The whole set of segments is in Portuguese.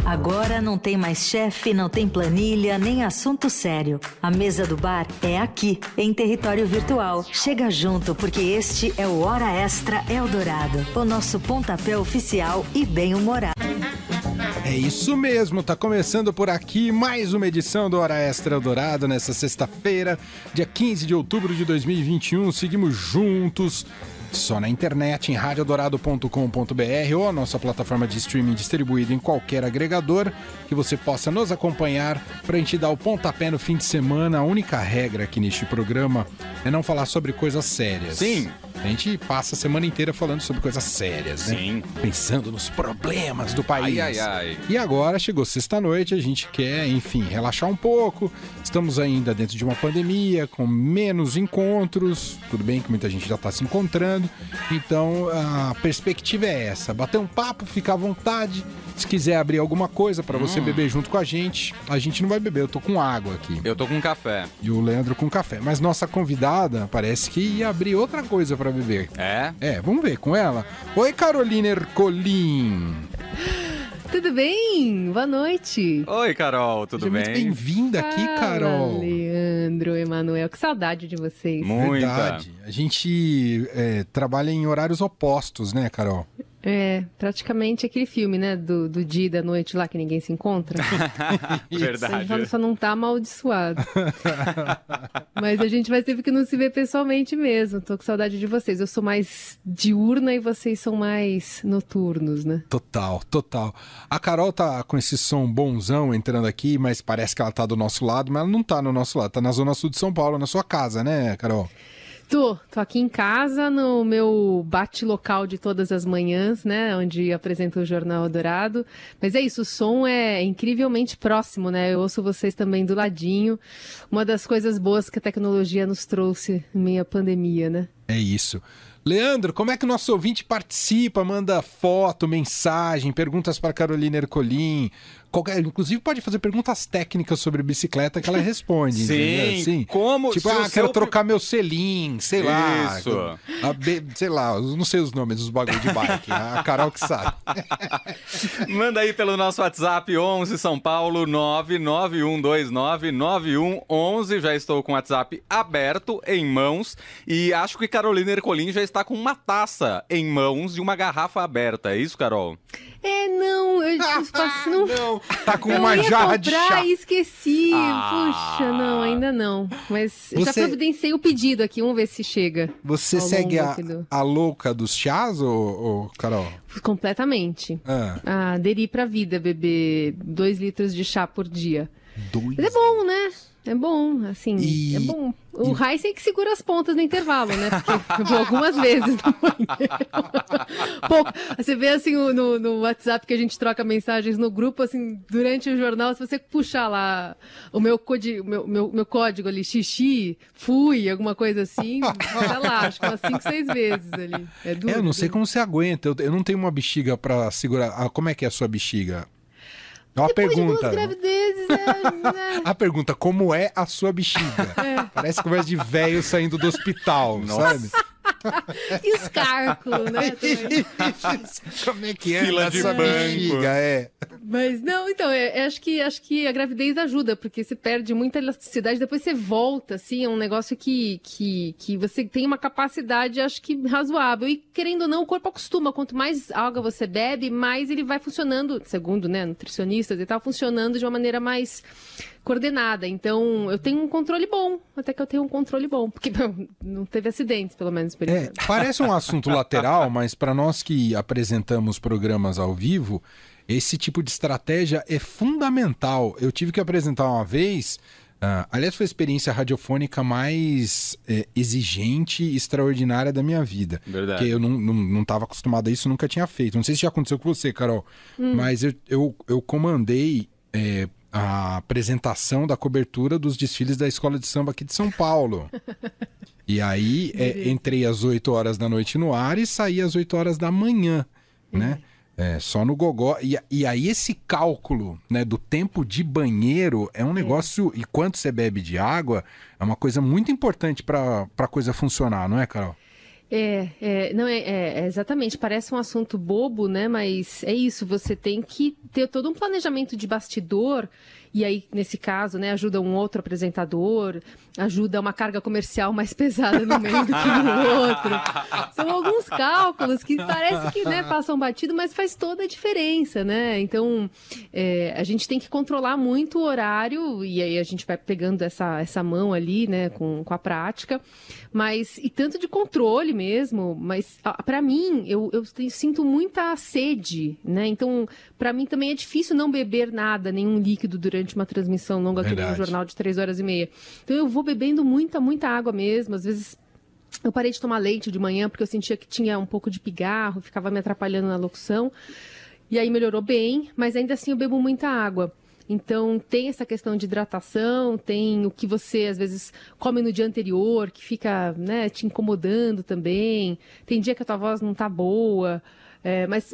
Agora não tem mais chefe, não tem planilha, nem assunto sério. A mesa do bar é aqui, em território virtual. Chega junto, porque este é o Hora Extra Eldorado, o nosso pontapé oficial e bem-humorado. É isso mesmo, tá começando por aqui mais uma edição do Hora Extra Eldorado nessa sexta-feira, dia 15 de outubro de 2021. Seguimos juntos, só na internet, em radioeldorado.com.br ou a nossa plataforma de streaming distribuída em qualquer agregador que você possa nos acompanhar pra gente dar o pontapé no fim de semana. A única regra aqui neste programa é não falar sobre coisas sérias. Sim. A gente passa a semana inteira falando sobre coisas sérias, né? Sim. Pensando nos problemas do país. Ai. E agora chegou sexta-noite, a gente quer, enfim, relaxar um pouco. Estamos ainda dentro de uma pandemia, com menos encontros. Tudo bem que muita gente já está se encontrando. Então, a perspectiva é essa. Bater um papo, ficar à vontade. Se quiser abrir alguma coisa para você beber junto com a gente não vai beber. Eu tô com água aqui. Eu tô com café. E o Leandro com café. Mas nossa convidada parece que ia abrir outra coisa para beber. É? É, vamos ver com ela. Oi, Carolina Ercolim. Tudo bem? Boa noite. Oi, Carol, tudo bem? Muito bem-vinda aqui, Carol. Leandro, Emanuel, que saudade de vocês. Muita. Verdade. A gente trabalha em horários opostos, né, Carol? É, praticamente aquele filme, né, do dia e da noite lá que ninguém se encontra. Verdade. Só não tá amaldiçoado. Mas a gente vai ter que não se ver pessoalmente mesmo. Tô com saudade de vocês. Eu sou mais diurna e vocês são mais noturnos, né? Total. A Carol tá com esse som bonzão entrando aqui, mas parece que ela tá do nosso lado, mas ela não tá no nosso lado, tá na zona sul de São Paulo, na sua casa, né, Carol? Tô aqui em casa, no meu bate-local de todas as manhãs, né, onde apresento o Jornal Eldorado. Mas é isso, o som é incrivelmente próximo, né, eu ouço vocês também do ladinho. Uma das coisas boas que a tecnologia nos trouxe em meio à pandemia, né? É isso. Leandro, como é que o nosso ouvinte participa? Manda foto, mensagem, perguntas para Carolina Ercolim. Inclusive pode fazer perguntas técnicas sobre bicicleta que ela responde. Sim, assim, como... tipo, quero trocar meu selim, sei lá. Isso. Sei lá, eu não sei os nomes dos bagulho de bike. A Carol que sabe. Manda aí pelo nosso WhatsApp 11 São Paulo 991299111. Já estou com o WhatsApp aberto em mãos e acho que Carolina Ercolim já está com uma taça em mãos e uma garrafa aberta. É isso, Carol? Não, eu não. Tá com uma jarra de chá. E esqueci. Puxa, não, ainda não. Mas já providenciei o pedido aqui, vamos ver se chega. Você segue a louca dos chás, ou Carol? Completamente. Aderi pra vida, beber 2 litros de chá por dia. Mas é bom, né? É bom, assim, é bom. O Heisen que segura as pontas no intervalo, né? Porque eu vou algumas vezes no banheiro. Pouco. Você vê, assim, no WhatsApp que a gente troca mensagens no grupo, assim, durante o jornal, se você puxar lá o meu código ali, xixi, fui, alguma coisa assim, vai lá, acho que umas 5, 6 vezes ali. É duro. Eu não sei como você aguenta, eu não tenho uma bexiga pra segurar. Como é que é a sua bexiga? É uma Depois pergunta. De 2 gravidezes, A pergunta, como é a sua bexiga? Parece conversa de velho saindo do hospital, sabe? E os cálculos, né? Como é que é? Fila de banco. Bexiga, Mas não, então, acho que a gravidez ajuda, porque você perde muita elasticidade, depois você volta, assim, é um negócio que você tem uma capacidade, acho que razoável. E querendo ou não, o corpo acostuma. Quanto mais água você bebe, mais ele vai funcionando, segundo, né, nutricionistas e tal, funcionando de uma maneira mais coordenada. Então, eu tenho um controle bom, até que eu tenho um controle bom, porque não teve acidentes, pelo menos. Por enquanto. Parece um assunto lateral, mas para nós que apresentamos programas ao vivo, esse tipo de estratégia é fundamental. Eu tive que apresentar uma vez, aliás, foi a experiência radiofônica mais exigente e extraordinária da minha vida. Verdade. Porque eu não estava acostumado a isso, nunca tinha feito. Não sei se já aconteceu com você, Carol, mas eu comandei a apresentação da cobertura dos desfiles da Escola de Samba aqui de São Paulo. E aí, entrei às 8 horas da noite no ar e saí às 8 horas da manhã, né? Só no gogó. E aí esse cálculo, né, do tempo de banheiro é um negócio... E quanto você bebe de água é uma coisa muito importante para a coisa funcionar, não é, Carol? Não, exatamente, parece um assunto bobo, né? Mas é isso, você tem que ter todo um planejamento de bastidor, e aí, nesse caso, né, ajuda um outro apresentador, ajuda uma carga comercial mais pesada no meio do que no outro. São alguns cálculos que parece que, né, passam batido, mas faz toda a diferença, né? Então, a gente tem que controlar muito o horário, e aí a gente vai pegando essa mão ali, né, com a prática, mas, e tanto de controle mesmo, mas para mim, eu sinto muita sede, né? Então, para mim também é difícil não beber nada, nenhum líquido durante uma transmissão longa, que nem um jornal de 3h30. Então, eu vou bebendo muita água mesmo. Às vezes, eu parei de tomar leite de manhã porque eu sentia que tinha um pouco de pigarro, ficava me atrapalhando na locução. E aí melhorou bem, mas ainda assim eu bebo muita água. Então, tem essa questão de hidratação, tem o que você, às vezes, come no dia anterior, que fica, né, te incomodando também. Tem dia que a tua voz não tá boa. Mas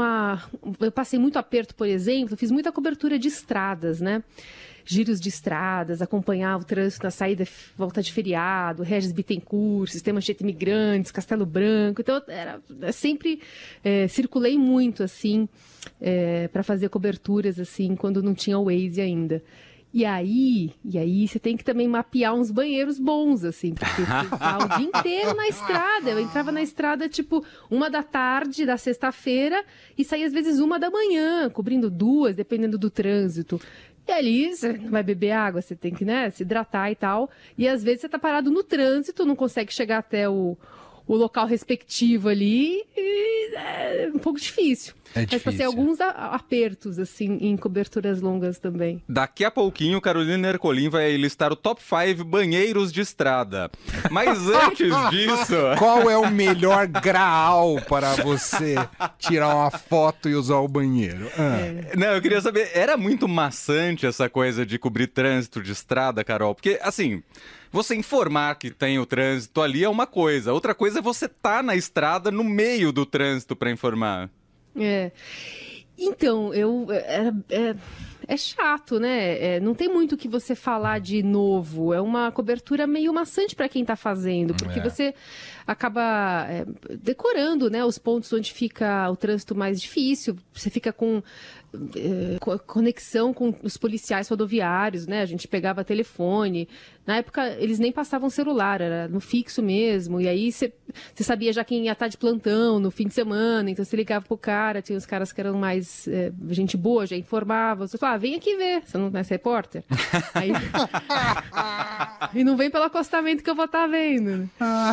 eu passei muito aperto, por exemplo, fiz muita cobertura de estradas, né? Giros de estradas, acompanhar o trânsito na saída, volta de feriado, Regis Bittencourt, Sistema Anchieta Imigrantes, Castelo Branco. Então, sempre circulei muito, assim, para fazer coberturas, assim, quando não tinha o Waze ainda. E aí você tem que também mapear uns banheiros bons, assim, porque você tá o dia inteiro na estrada. Eu entrava na estrada, tipo, 1h da da sexta-feira e saía, às vezes, 1h, cobrindo 2, dependendo do trânsito. E ali você não vai beber água, você tem que, né, se hidratar e tal. E às vezes você tá parado no trânsito, não consegue chegar até o local respectivo ali, e é um pouco difícil. Mas passei alguns apertos, assim, em coberturas longas também. Daqui a pouquinho, Carolina Ercolim vai listar o top 5 banheiros de estrada. Mas antes disso... Qual é o melhor graal para você tirar uma foto e usar o banheiro? Não, eu queria saber, era muito maçante essa coisa de cobrir trânsito de estrada, Carol? Porque, assim... Você informar que tem o trânsito ali é uma coisa. Outra coisa é você estar na estrada no meio do trânsito para informar. Então, é chato, né? Não tem muito o que você falar de novo. É uma cobertura meio maçante para quem está fazendo, porque você acaba decorando, né, os pontos onde fica o trânsito mais difícil. Você fica com conexão com os policiais rodoviários, né? A gente pegava telefone. Na época, eles nem passavam celular, era no fixo mesmo. E aí, você sabia já quem ia estar de plantão no fim de semana. Então, você ligava pro cara. Tinha os caras que eram mais gente boa, já informava. Você falava, vem aqui ver. Você não é repórter? Aí... e não vem pelo acostamento que eu vou estar vendo.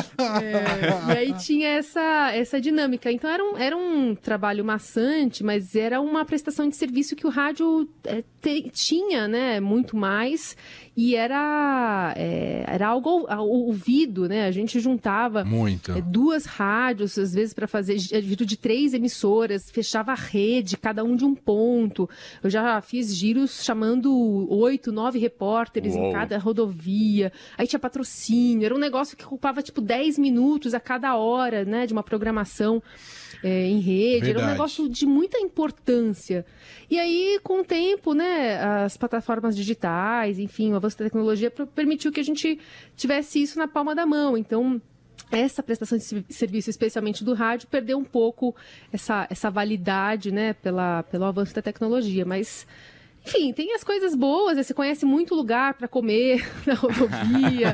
E aí, tinha essa dinâmica. Então, era um trabalho maçante, mas era uma prestação de serviço que o rádio tinha, né, muito mais, e era algo ouvido, né? A gente juntava duas rádios, às vezes, para fazer giro de 3 emissoras, fechava a rede, cada um de um ponto. Eu já fiz giros chamando 8, 9 repórteres em cada rodovia. Aí tinha patrocínio, era um negócio que ocupava tipo 10 minutos a cada hora, né, de uma programação em rede. Verdade. Era um negócio de muita importância. E aí, com o tempo, né, as plataformas digitais, enfim, o avanço da tecnologia permitiu que a gente tivesse isso na palma da mão. Então, essa prestação de serviço, especialmente do rádio, perdeu um pouco essa validade, né, pelo avanço da tecnologia. Mas... enfim, tem as coisas boas, você conhece muito lugar para comer na rodovia,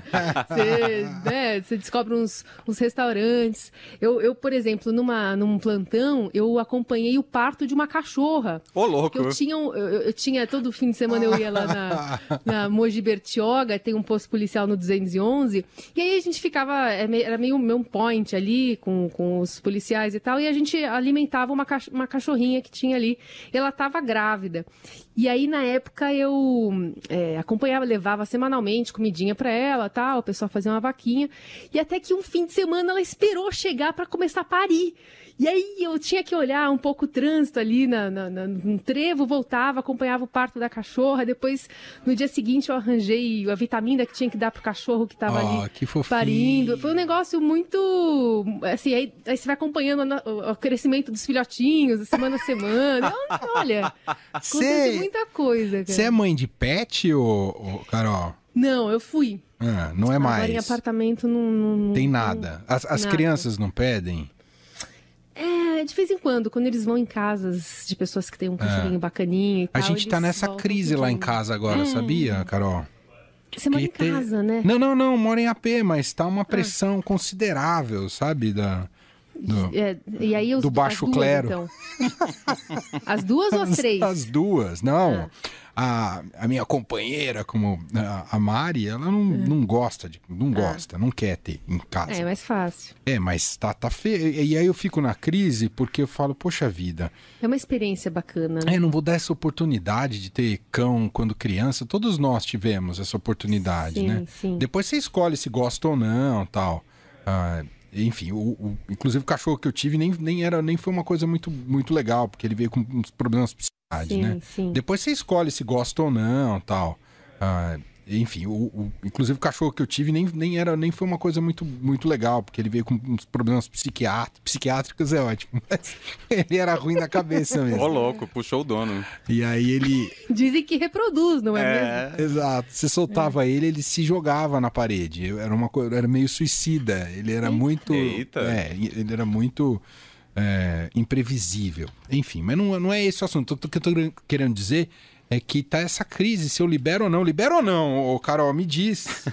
você descobre uns restaurantes. Eu, por exemplo, num plantão, eu acompanhei o parto de uma cachorra. Ô, louco! Eu tinha, todo fim de semana eu ia lá na Mogi Bertioga, tem um posto policial no 211, e aí a gente ficava, era meio um point ali com os policiais e tal, e a gente alimentava uma cachorrinha que tinha ali, e ela estava grávida. E aí, na época, eu acompanhava, levava semanalmente comidinha pra ela, tal, o pessoal fazia uma vaquinha. E até que um fim de semana ela esperou chegar para começar a parir. E aí eu tinha que olhar um pouco o trânsito ali no trevo, voltava, acompanhava o parto da cachorra. Depois, no dia seguinte, eu arranjei a vitamina que tinha que dar pro cachorro que estava ali parindo. Foi um negócio muito... assim, aí você vai acompanhando o crescimento dos filhotinhos, semana a semana. Olha, acontece muita coisa, cara. Você é mãe de pet, Carol? Não, eu fui. Não é mais. Agora em apartamento não tem nada. As nada. Crianças não pedem? De vez em quando eles vão em casas de pessoas que têm um cachorrinho bacaninho e tal. A gente tá nessa crise lá em casa agora, sabia, Carol? Você mora em casa, né? Não, moro em AP, mas tá uma pressão considerável, sabe? E aí do baixo clero. Então. As duas ou as três? As duas, não. A minha companheira, como a Mari, ela não gosta, não quer ter em casa. É mais fácil. Mas tá feio. E aí eu fico na crise porque eu falo, poxa vida. É uma experiência bacana, né? Não vou dar essa oportunidade de ter cão quando criança. Todos nós tivemos essa oportunidade, né? Sim. Depois você escolhe se gosta ou não, tal. Enfim, inclusive o cachorro que eu tive nem foi uma coisa muito, muito legal, porque ele veio com uns problemas psicológicos. Né? Sim. Depois você escolhe se gosta ou não, tal. Enfim, inclusive o cachorro que eu tive nem foi uma coisa muito, muito legal, porque ele veio com uns problemas psiquiátricos, é ótimo. Mas ele era ruim na cabeça mesmo. Ô, louco, puxou o dono. E aí ele... Dizem que reproduz, não é mesmo? Exato. Você soltava ele se jogava na parede. Era meio suicida. Ele era muito... Eita. Ele era muito... imprevisível. Enfim, mas não é esse o assunto. O que eu tô querendo dizer é que tá essa crise, se eu libero ou não. Libero ou não, Carol? Me diz.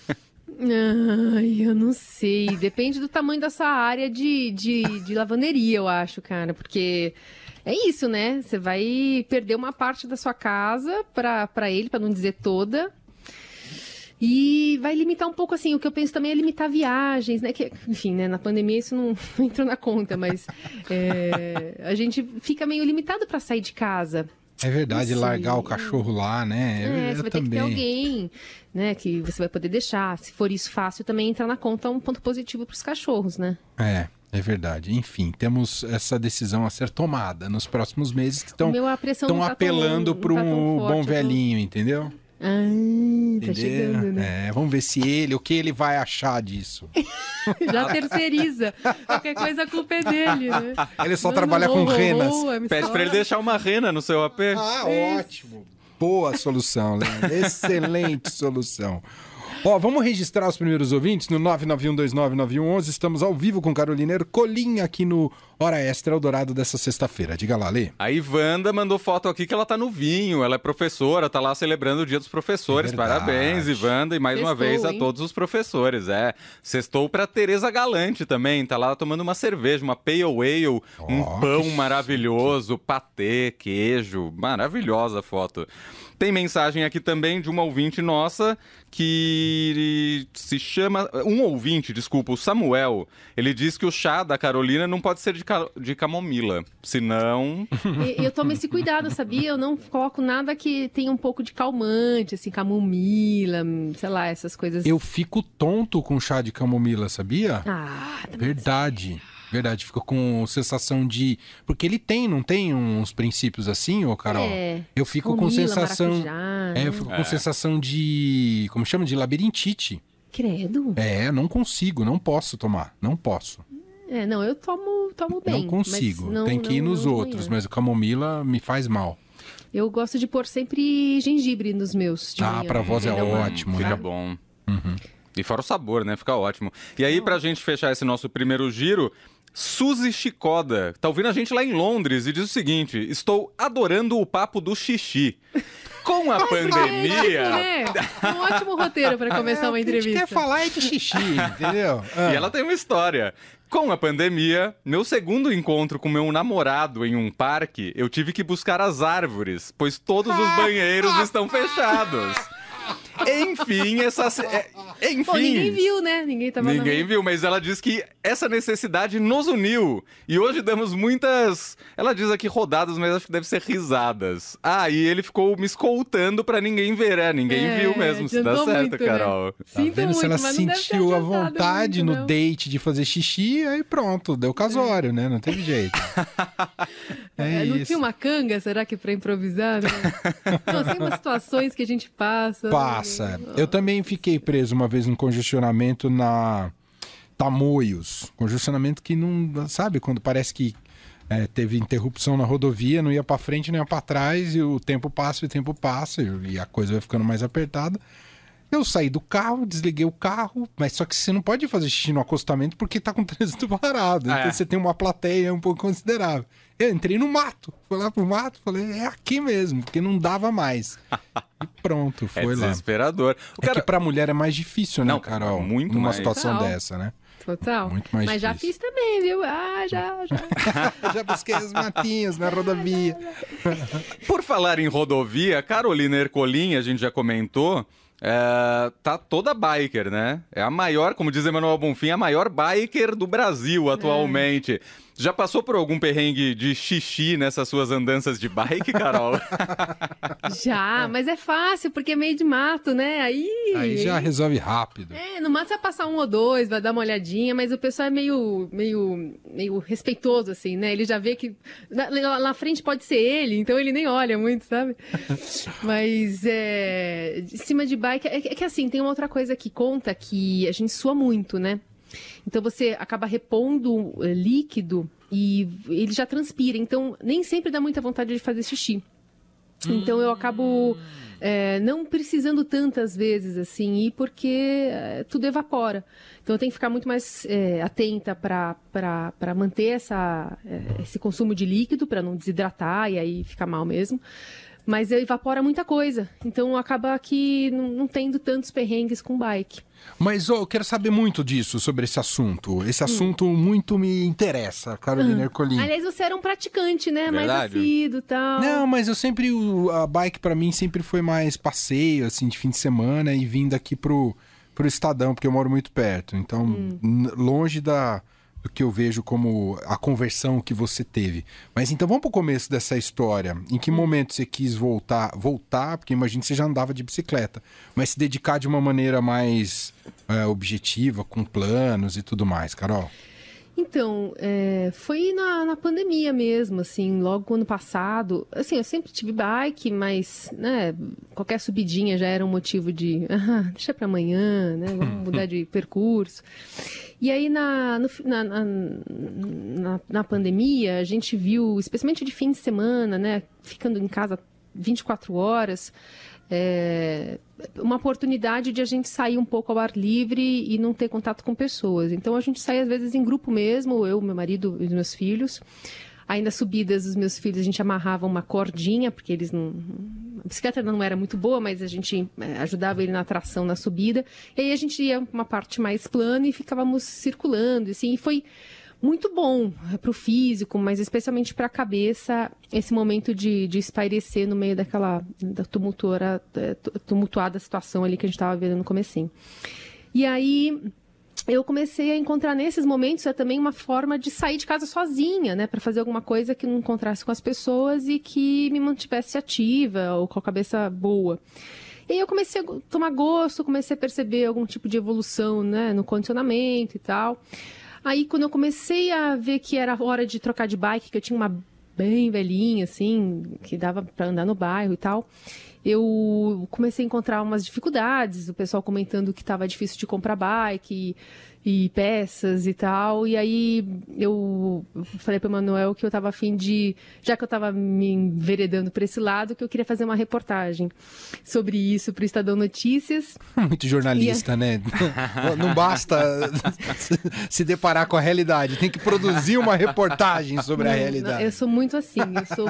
Eu não sei. Depende do tamanho dessa área de lavanderia, eu acho, cara. Porque é isso, né? Você vai perder uma parte da sua casa pra ele, pra não dizer toda. E vai limitar um pouco, assim, o que eu penso também é limitar viagens, né? Que, enfim, né? Na pandemia isso não entrou na conta, mas a gente fica meio limitado para sair de casa. É verdade, largar o cachorro lá, né? Você vai ter que ter alguém, né? Que você vai poder deixar. Se for isso fácil, também entra na conta um ponto positivo para os cachorros, né? É verdade. Enfim, temos essa decisão a ser tomada nos próximos meses que estão apelando para um bom velhinho, entendeu? Tá chegando, né? Vamos ver o que ele vai achar disso. Já terceiriza. Qualquer coisa a culpa é dele, né? Ele só trabalha com renas. Pede pra ele deixar uma rena no seu AP. Ótimo. Boa solução, Leandro. Excelente solução. Vamos registrar os primeiros ouvintes no 991299111. Estamos ao vivo com Carolina Ercolim aqui no Hora Extra Eldorado dessa sexta-feira. Diga lá, Lê. A Ivanda mandou foto aqui que ela tá no vinho. Ela é professora, tá lá celebrando o Dia dos Professores. Parabéns, Ivanda. E mais uma vez a todos os professores. Sextou pra Tereza Galante também. Tá lá tomando uma cerveja, uma Pale Ale, um pão maravilhoso, patê, queijo. Maravilhosa a foto. Tem mensagem aqui também de uma ouvinte nossa que se chama... o Samuel. Ele diz que o chá da Carolina não pode ser de camomila, senão... Eu tomo esse cuidado, sabia? Eu não coloco nada que tenha um pouco de calmante, assim, camomila, sei lá, essas coisas. Eu fico tonto com chá de camomila, sabia? Verdade. Verdade, fica com sensação de... Porque ele não tem uns princípios assim, Carol? Eu fico com sensação... Eu fico com sensação de... Como chama? De labirintite. Credo. Não consigo, não posso tomar. Não posso. Não, eu tomo bem. Não consigo, tem que ir nos outros, mas o camomila me faz mal. Eu gosto de pôr sempre gengibre nos meus. Pra voz é ótimo, Fica bom. Uhum. E fora o sabor, né? Fica ótimo. E aí, pra gente fechar esse nosso primeiro giro... Suzy Chicoda tá ouvindo a gente lá em Londres e diz o seguinte: estou adorando o papo do xixi. Com a pandemia... Um ótimo roteiro para começar uma entrevista. O que a gente quer falar é de xixi, entendeu? E ela tem uma história. Com a pandemia, meu segundo encontro com meu namorado em um parque, eu tive que buscar as árvores, pois todos os banheiros estão fechados. Enfim, Pô, ninguém viu, né? Ninguém viu, mas ela diz que essa necessidade nos uniu. E hoje damos muitas... Ela diz aqui rodadas, mas acho que deve ser risadas. E ele ficou me escoltando pra ninguém ver, Ninguém viu mesmo, se dá certo, muito, Carol. Né? Tá vendo? Se ela sentiu a vontade no date de fazer xixi, aí pronto, deu casório, né? Não teve jeito. Não tinha uma canga, será que pra improvisar? Né? Não, tem umas situações que a gente passa. Eu também fiquei preso uma vez num congestionamento na Tamoios. Congestionamento que não... Sabe, quando parece que teve interrupção na rodovia, não ia pra frente, nem ia pra trás, e o tempo passa, e a coisa vai ficando mais apertada. Eu saí do carro, desliguei o carro, mas só que você não pode fazer xixi no acostamento porque tá com o trânsito parado. Então você tem uma plateia um pouco considerável. Eu entrei no mato, fui lá pro mato, falei, é aqui mesmo, porque não dava mais. E pronto, foi lá. É desesperador. Que pra mulher é mais difícil, né, Carol? Muito numa mais. situação dessa, né? Total. Muito mais Mas difícil. já fiz também, viu? Já. Já busquei os matinhos na rodovia. Por falar em rodovia, Carolina Ercolim, a gente já comentou, tá toda biker, né? É a maior, como diz Emanuel Bonfim, a maior biker do Brasil atualmente. Já passou por algum perrengue de xixi nessas suas andanças de bike, Carol? Já, mas é fácil, porque é meio de mato, né? Aí já resolve rápido. No mato você vai passar 1 ou 2, vai dar uma olhadinha, mas o pessoal é meio respeitoso, assim, né? Ele já vê que na frente pode ser ele, então ele nem olha muito, sabe? Mas de cima de bike, é que assim, tem uma outra coisa que conta que a gente sua muito, né? Então você acaba repondo líquido e ele já transpira. Então nem sempre dá muita vontade de fazer xixi. Então eu acabo não precisando tantas vezes assim ir porque tudo evapora. Então eu tenho que ficar muito mais atenta para manter esse consumo de líquido, para não desidratar e aí ficar mal mesmo. Mas evapora muita coisa. Então acaba que não tendo tantos perrengues com bike. Mas eu quero saber muito disso, sobre esse assunto. Esse assunto muito me interessa, Carolina Ercolim. Aliás, você era um praticante, né? Verdade. Mais assíduo e tal. Não, mas eu sempre... A bike pra mim sempre foi mais passeio, assim, de fim de semana e vindo aqui pro Estadão, porque eu moro muito perto. Então, longe do que eu vejo como a conversão que você teve. Mas então vamos pro começo dessa história. Em que momento você quis voltar? Porque imagino que você já andava de bicicleta. Mas se dedicar de uma maneira mais objetiva, com planos e tudo mais, Carol? Então, foi na pandemia mesmo, assim, logo ano passado. Assim, eu sempre tive bike, mas, né, qualquer subidinha já era um motivo de, deixa pra amanhã, né, vamos mudar de percurso. E aí, na pandemia, a gente viu, especialmente de fim de semana, né, ficando em casa 24 horas, uma oportunidade de a gente sair um pouco ao ar livre e não ter contato com pessoas. Então, a gente sai, às vezes, em grupo mesmo, eu, meu marido e os meus filhos. Aí, nas subidas dos meus filhos, a gente amarrava uma cordinha, porque eles não... A bicicleta não era muito boa, mas a gente ajudava ele na tração na subida. E aí, a gente ia uma parte mais plana e ficávamos circulando, assim, e foi muito bom para o físico, mas especialmente para a cabeça, esse momento de espairecer no meio da tumultuada situação ali que a gente estava vendo no comecinho. E aí eu comecei a encontrar nesses momentos também uma forma de sair de casa sozinha, né, para fazer alguma coisa que não encontrasse com as pessoas e que me mantivesse ativa ou com a cabeça boa. E aí eu comecei a tomar gosto, comecei a perceber algum tipo de evolução, né, no condicionamento e tal. Aí, quando eu comecei a ver que era hora de trocar de bike, que eu tinha uma bem velhinha, assim, que dava para andar no bairro e tal, eu comecei a encontrar umas dificuldades, o pessoal comentando que estava difícil de comprar bike e peças e tal. E aí eu falei para o Emanuel que eu estava a fim de, já que eu estava me enveredando para esse lado, que eu queria fazer uma reportagem sobre isso para o Estadão Notícias. Muito jornalista, né? Não basta se deparar com a realidade, tem que produzir uma reportagem sobre a realidade. Eu sou muito assim.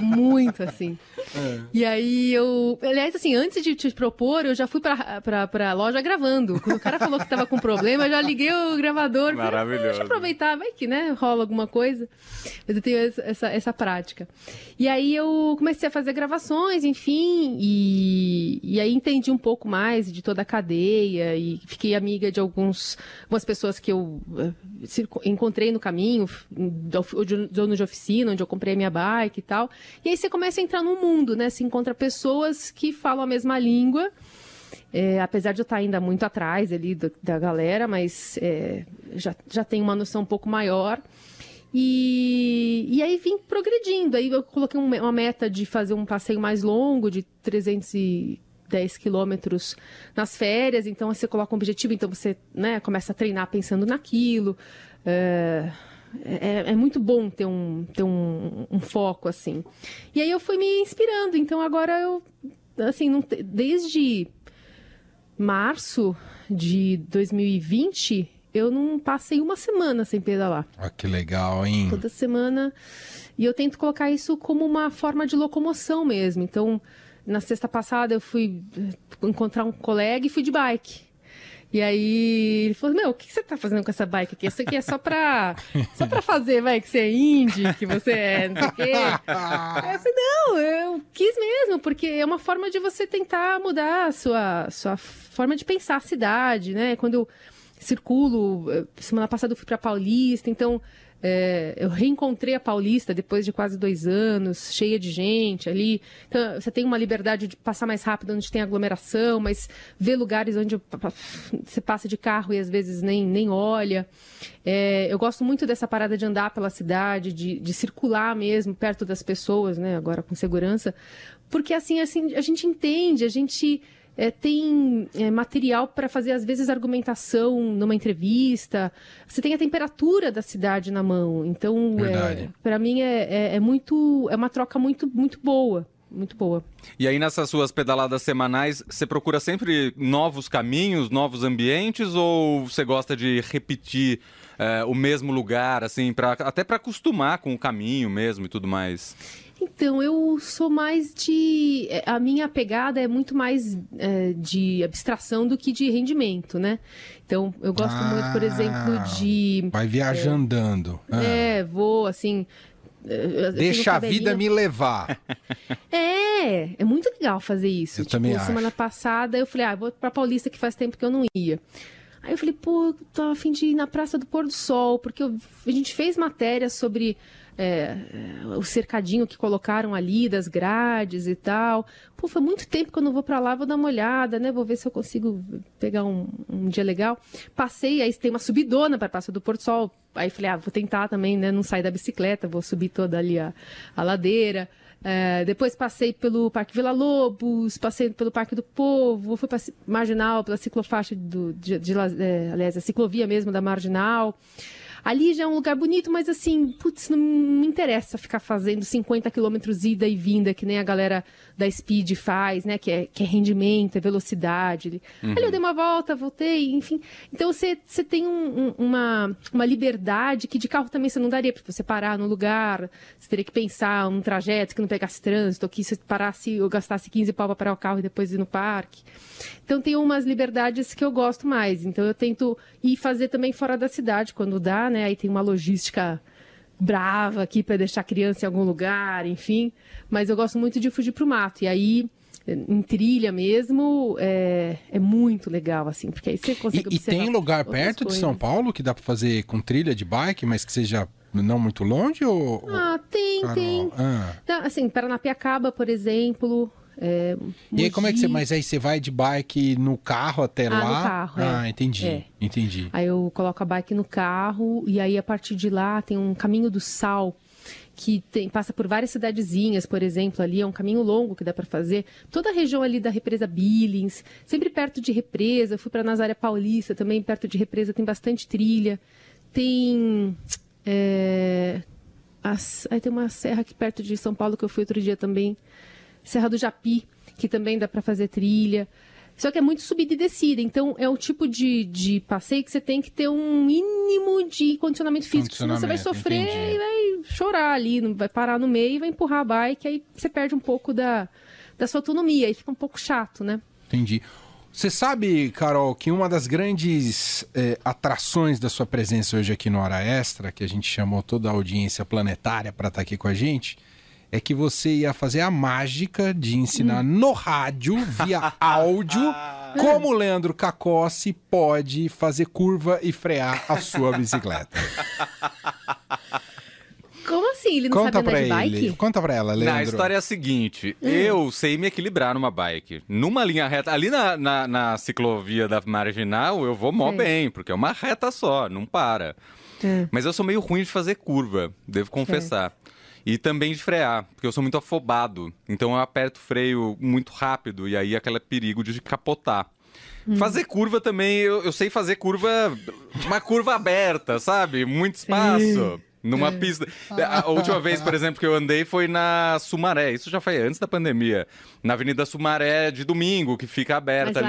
E aí aliás, assim, antes de te propor, eu já fui pra loja gravando. Quando o cara falou que tava com problema, eu já liguei o gravador. Maravilhoso. Deixa eu aproveitar, vai que, né, rola alguma coisa. Mas eu tenho essa prática. E aí eu comecei a fazer gravações, enfim, e aí entendi um pouco mais de toda a cadeia e fiquei amiga de algumas pessoas que eu encontrei no caminho, dono de oficina, onde eu comprei a minha bike e tal. E aí você começa a entrar num mundo, né? Se encontra pessoas que falam a mesma língua, apesar de eu estar ainda muito atrás ali da galera, mas já tenho uma noção um pouco maior. E aí vim progredindo. Aí eu coloquei uma meta de fazer um passeio mais longo, de 310 quilômetros nas férias. Então você coloca um objetivo, então você, né, começa a treinar pensando naquilo. É muito bom ter um foco, assim. E aí eu fui me inspirando. Então agora eu, assim, desde março de 2020, eu não passei uma semana sem pedalar. Ah, que legal, hein? Toda semana. E eu tento colocar isso como uma forma de locomoção mesmo. Então, na sexta passada, eu fui encontrar um colega e fui de bike. E aí ele falou, o que você tá fazendo com essa bike aqui? Isso aqui é só pra fazer, que você é indie, que você é não sei o quê. Aí eu falei, não, eu quis mesmo, porque é uma forma de você tentar mudar a sua forma de pensar a cidade, né? Quando eu circulo, semana passada eu fui pra Paulista, então eu reencontrei a Paulista depois de quase 2 anos, cheia de gente ali. Então, você tem uma liberdade de passar mais rápido onde tem aglomeração, mas ver lugares onde você passa de carro e às vezes nem olha. Eu gosto muito dessa parada de andar pela cidade, de circular mesmo perto das pessoas, né? Agora com segurança. Porque assim a gente entende, a gente... tem material para fazer, às vezes, argumentação numa entrevista. Você tem a temperatura da cidade na mão. Então, para mim, é uma troca muito, muito boa. Muito boa. E aí, nessas suas pedaladas semanais, você procura sempre novos caminhos, novos ambientes? Ou você gosta de repetir o mesmo lugar, assim, até para acostumar com o caminho mesmo e tudo mais? Então, eu sou mais de... A minha pegada é muito mais de abstração do que de rendimento, né? Então, eu gosto muito, por exemplo, de... Vai viajar andando. Vou, assim... Deixa a vida me levar. É muito legal fazer isso. Eu também acho. Semana passada, eu falei, vou pra Paulista, que faz tempo que eu não ia. Aí eu falei, eu tô a fim de ir na Praça do Pôr do Sol, porque a gente fez matéria sobre... o cercadinho que colocaram ali, das grades e tal. Foi muito tempo que eu não vou pra lá, vou dar uma olhada, né? Vou ver se eu consigo pegar um dia legal. Passei, aí tem uma subidona para a Praça do Pôr do Sol. Aí falei, vou tentar também, né? Não sair da bicicleta, vou subir toda ali a ladeira. Depois passei pelo Parque Vila Lobos, passei pelo Parque do Povo, fui para Marginal, pela ciclofaixa aliás, a ciclovia mesmo da Marginal. Ali já é um lugar bonito, mas assim, não me interessa ficar fazendo 50 quilômetros ida e vinda, que nem a galera da Speed faz, né? Que é rendimento, é velocidade. Uhum. Ali eu dei uma volta, voltei, enfim. Então você tem uma liberdade que de carro também você não daria, porque você parar no lugar, você teria que pensar um trajeto que não pegasse trânsito, ou que se parasse ou gastasse 15 pau para parar o carro e depois ir no parque. Então tem umas liberdades que eu gosto mais. Então eu tento ir fazer também fora da cidade quando dá, né? Aí tem uma logística brava aqui para deixar a criança em algum lugar, enfim. Mas eu gosto muito de fugir pro mato. E aí, em trilha mesmo, é muito legal, assim, porque aí você consegue observar. E tem lugar perto de São Paulo que dá para fazer com trilha de bike, mas que seja não muito longe? Tem. Assim, Paranapiacaba, por exemplo... E aí como é que mas aí você vai de bike no carro até lá? No carro, entendi. Aí eu coloco a bike no carro e aí a partir de lá tem um caminho do sal que passa por várias cidadezinhas, por exemplo, ali é um caminho longo que dá para fazer. Toda a região ali da Represa Billings, sempre perto de represa. Eu fui para Nazaré Paulista, também perto de represa tem bastante trilha. Tem aí tem uma serra aqui perto de São Paulo que eu fui outro dia também. Serra do Japi, que também dá para fazer trilha. Só que é muito subida e descida. Então, é o tipo de passeio que você tem que ter um mínimo de condicionamento físico. Senão você vai sofrer e vai chorar ali, vai parar no meio e vai empurrar a bike. Aí você perde um pouco da sua autonomia. Aí fica um pouco chato, né? Entendi. Você sabe, Carol, que uma das grandes atrações da sua presença hoje aqui no Hora Extra, que a gente chamou toda a audiência planetária para estar aqui com a gente... é que você ia fazer a mágica de ensinar no rádio, via áudio, como o Leandro Cacossi pode fazer curva e frear a sua bicicleta. Como assim? Ele não sabe andar de bike? Conta pra ela, Leandro. A história é a seguinte, eu sei me equilibrar numa bike. Numa linha reta, ali na ciclovia da Marginal, eu vou mó bem, porque é uma reta só, não para. Mas eu sou meio ruim de fazer curva, devo confessar. E também de frear, porque eu sou muito afobado. Então eu aperto o freio muito rápido e aí aquele perigo de capotar. Fazer curva também, eu sei fazer curva, uma curva aberta, sabe? Muito espaço. Numa pista. A última vez, por exemplo, que eu andei foi na Sumaré. Isso já foi antes da pandemia. Na Avenida Sumaré de domingo, que fica aberta ali. Mas lá é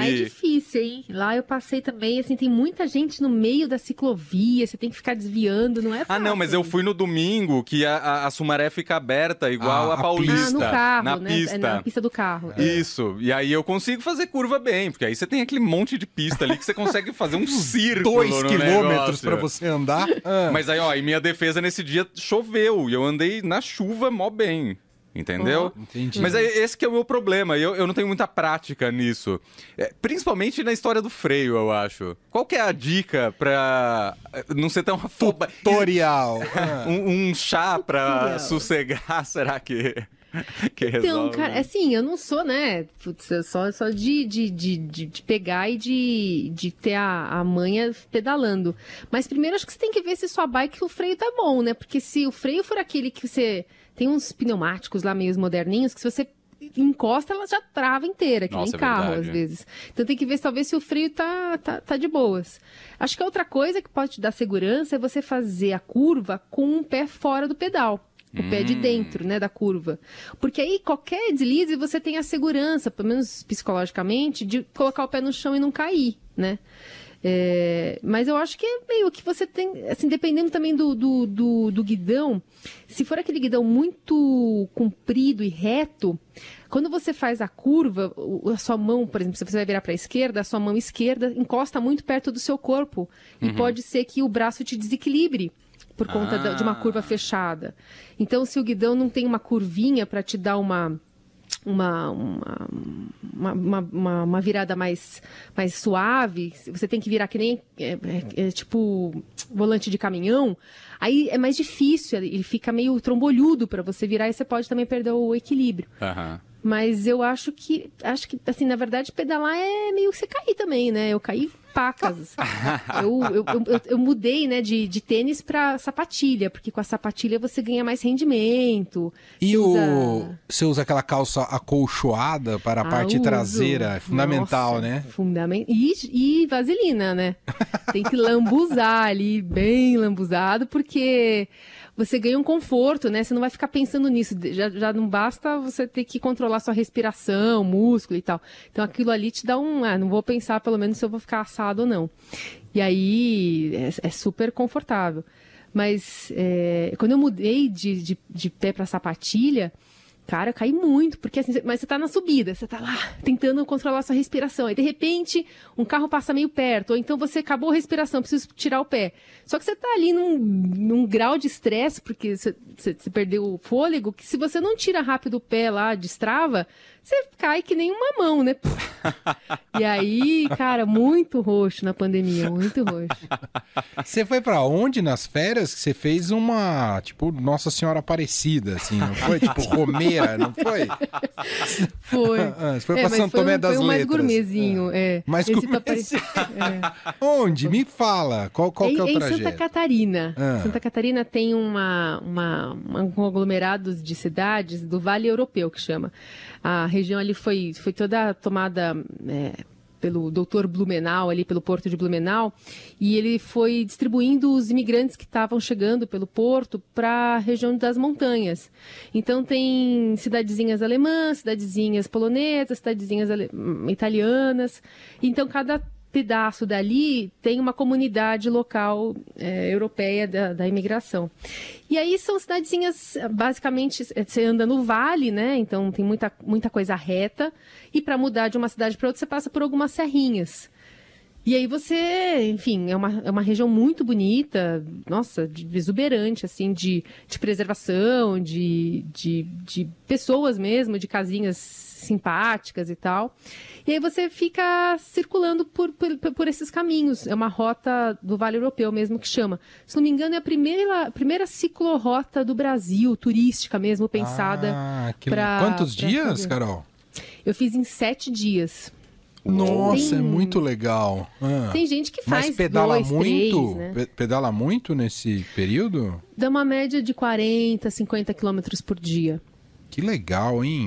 delícia, hein? Lá eu passei também, assim, tem muita gente no meio da ciclovia, você tem que ficar desviando, não é fácil. Não, mas eu fui no domingo, que a Sumaré fica aberta, igual a Paulista. No carro, na né? pista. Na pista do carro. Isso, e aí eu consigo fazer curva bem, porque aí você tem aquele monte de pista ali que você consegue fazer um círculo 2 quilômetros pra você andar. Mas aí, ó, em minha defesa, nesse dia choveu, e eu andei na chuva mó bem. Entendeu? Entendi. Mas esse que é o meu problema. Eu não tenho muita prática nisso. Principalmente na história do freio, eu acho. Qual que é a dica pra não ser tão... Tutorial. Um chá pra sossegar, será que resolve? Então, cara, assim, eu não sou, né? Putz, eu só de pegar e de ter a manha pedalando. Mas primeiro acho que você tem que ver se sua bike o freio tá bom, né? Porque se o freio for aquele que você... Tem uns pneumáticos lá meio moderninhos que se você encosta, ela já trava inteira, que nem carro, às vezes. Então tem que ver talvez se o freio tá de boas. Acho que a outra coisa que pode te dar segurança é você fazer a curva com um pé fora do pedal. O pé de dentro, né, da curva. Porque aí, qualquer deslize, você tem a segurança, pelo menos psicologicamente, de colocar o pé no chão e não cair, né? Mas eu acho que é meio que você tem, assim, dependendo também do guidão, se for aquele guidão muito comprido e reto, quando você faz a curva, a sua mão, por exemplo, se você vai virar para a esquerda, a sua mão esquerda encosta muito perto do seu corpo e pode ser que o braço te desequilibre por conta de uma curva fechada. Então, se o guidão não tem uma curvinha para te dar uma virada mais suave, você tem que virar que nem tipo volante de caminhão, aí é mais difícil, ele fica meio trombolhudo para você virar e você pode também perder o equilíbrio. Mas eu acho que, assim, na verdade, pedalar é meio você cair também, né? Eu caí pacas. Eu mudei, né, de tênis para sapatilha, porque com a sapatilha você ganha mais rendimento. E você usa aquela calça acolchoada para a parte traseira? É fundamental, né? Fundamental. E vaselina, né? Tem que lambuzar ali, bem lambuzado, porque... você ganha um conforto, né? Você não vai ficar pensando nisso. Já não basta você ter que controlar sua respiração, músculo e tal. Então aquilo ali te dá não vou pensar pelo menos se eu vou ficar assado ou não. E aí é super confortável. Mas quando eu mudei de pé para sapatilha, cara, eu caí muito, porque assim, mas você tá na subida, você tá lá tentando controlar a sua respiração, aí de repente um carro passa meio perto, ou então você acabou a respiração, precisa tirar o pé. Só que você tá ali num grau de estresse, porque você perdeu o fôlego, que se você não tira rápido o pé lá, destrava, você cai que nem uma mão, né? E aí, cara, muito roxo na pandemia, muito roxo. Você foi pra onde nas férias que você fez uma, tipo, Nossa Senhora Aparecida, assim, não foi? Tipo, Romeira, não foi? Foi. Você foi pra São Tomé das Letras. Foi um mais gourmetzinho, Mais gourmetzinho. Onde? Me fala, qual que é o trajeto? Em Santa Catarina. Santa Catarina tem um conglomerado de cidades do Vale Europeu, que chama. A região ali foi toda tomada pelo Dr. Blumenau, ali pelo porto de Blumenau, e ele foi distribuindo os imigrantes que estavam chegando pelo porto para a região das montanhas. Então tem cidadezinhas alemãs, cidadezinhas polonesas, cidadezinhas italianas. Então cada pedaço dali tem uma comunidade local europeia da imigração. E aí são cidadezinhas, basicamente, você anda no vale, né? Então tem muita coisa reta. E para mudar de uma cidade para outra, você passa por algumas serrinhas. E aí você, enfim, é uma região muito bonita, nossa, exuberante, assim, de preservação, de pessoas mesmo, de casinhas simpáticas e tal. E aí você fica circulando por esses caminhos. É uma rota do Vale Europeu mesmo que chama. Se não me engano, é a primeira ciclorrota do Brasil, turística mesmo, pensada para... Quantos dias, Carol? Eu fiz em 7 dias. Nossa, é muito legal. Tem gente que faz Mas pedala 2, muito? 3, né? Pedala muito nesse período? Dá uma média de 40, 50 quilômetros por dia. Que legal, hein?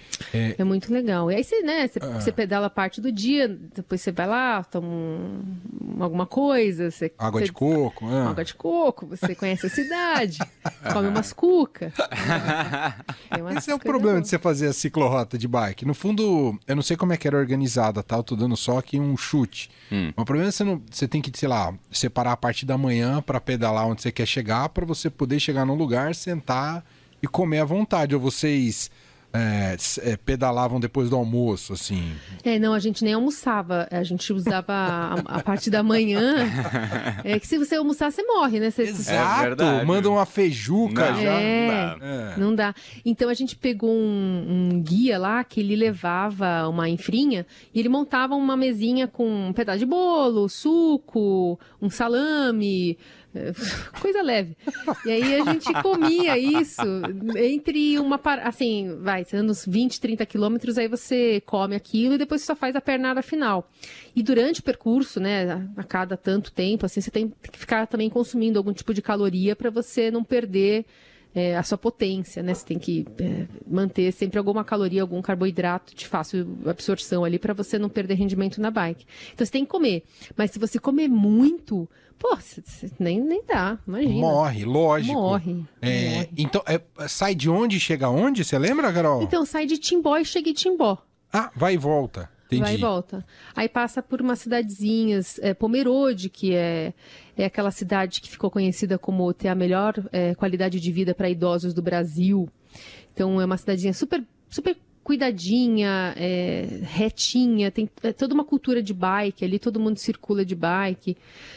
É muito legal. E aí você pedala parte do dia, depois você vai lá, toma alguma coisa. Água de coco. Água de coco, você conhece a cidade, come umas cucas. Esse é o problema de você fazer a ciclorrota de bike. No fundo, eu não sei como é que era organizada, tá? Eu tô dando só aqui um chute. O problema é que você tem que, sei lá, separar a parte da manhã para pedalar onde você quer chegar, para você poder chegar num lugar, sentar e comer à vontade. Ou vocês pedalavam depois do almoço, assim? Não, a gente nem almoçava. A gente usava a parte da manhã. Que se você almoçar, você morre, né? Exato! Manda uma feijuca já. Não dá. Então a gente pegou um guia lá que ele levava uma infrinha e ele montava uma mesinha com um pedaço de bolo, suco, um salame, coisa leve. E aí a gente comia isso entre assim, uns 20, 30 quilômetros, aí você come aquilo e depois você só faz a pernada final. E durante o percurso, né, a cada tanto tempo, assim, você tem que ficar também consumindo algum tipo de caloria para você não perder a sua potência, né? Você tem que manter sempre alguma caloria, algum carboidrato de fácil absorção ali para você não perder rendimento na bike. Então você tem que comer. Mas se você comer muito, nem dá, imagina. Morre, lógico. Morre. Então, sai de onde e chega aonde? Você lembra, Carol? Então, sai de Timbó e chega em Timbó. Vai e volta. Entendi. Vai e volta. Aí passa por umas cidadezinhas, Pomerode, que é aquela cidade que ficou conhecida como ter a melhor qualidade de vida para idosos do Brasil. Então é uma cidadezinha super, super cuidadinha, retinha, tem toda uma cultura de bike ali, todo mundo circula de bike.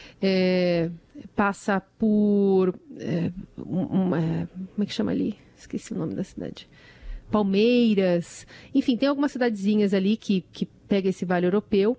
Passa por... como é que chama ali? Esqueci o nome da cidade. Palmeiras, enfim, tem algumas cidadezinhas ali que pega esse vale europeu.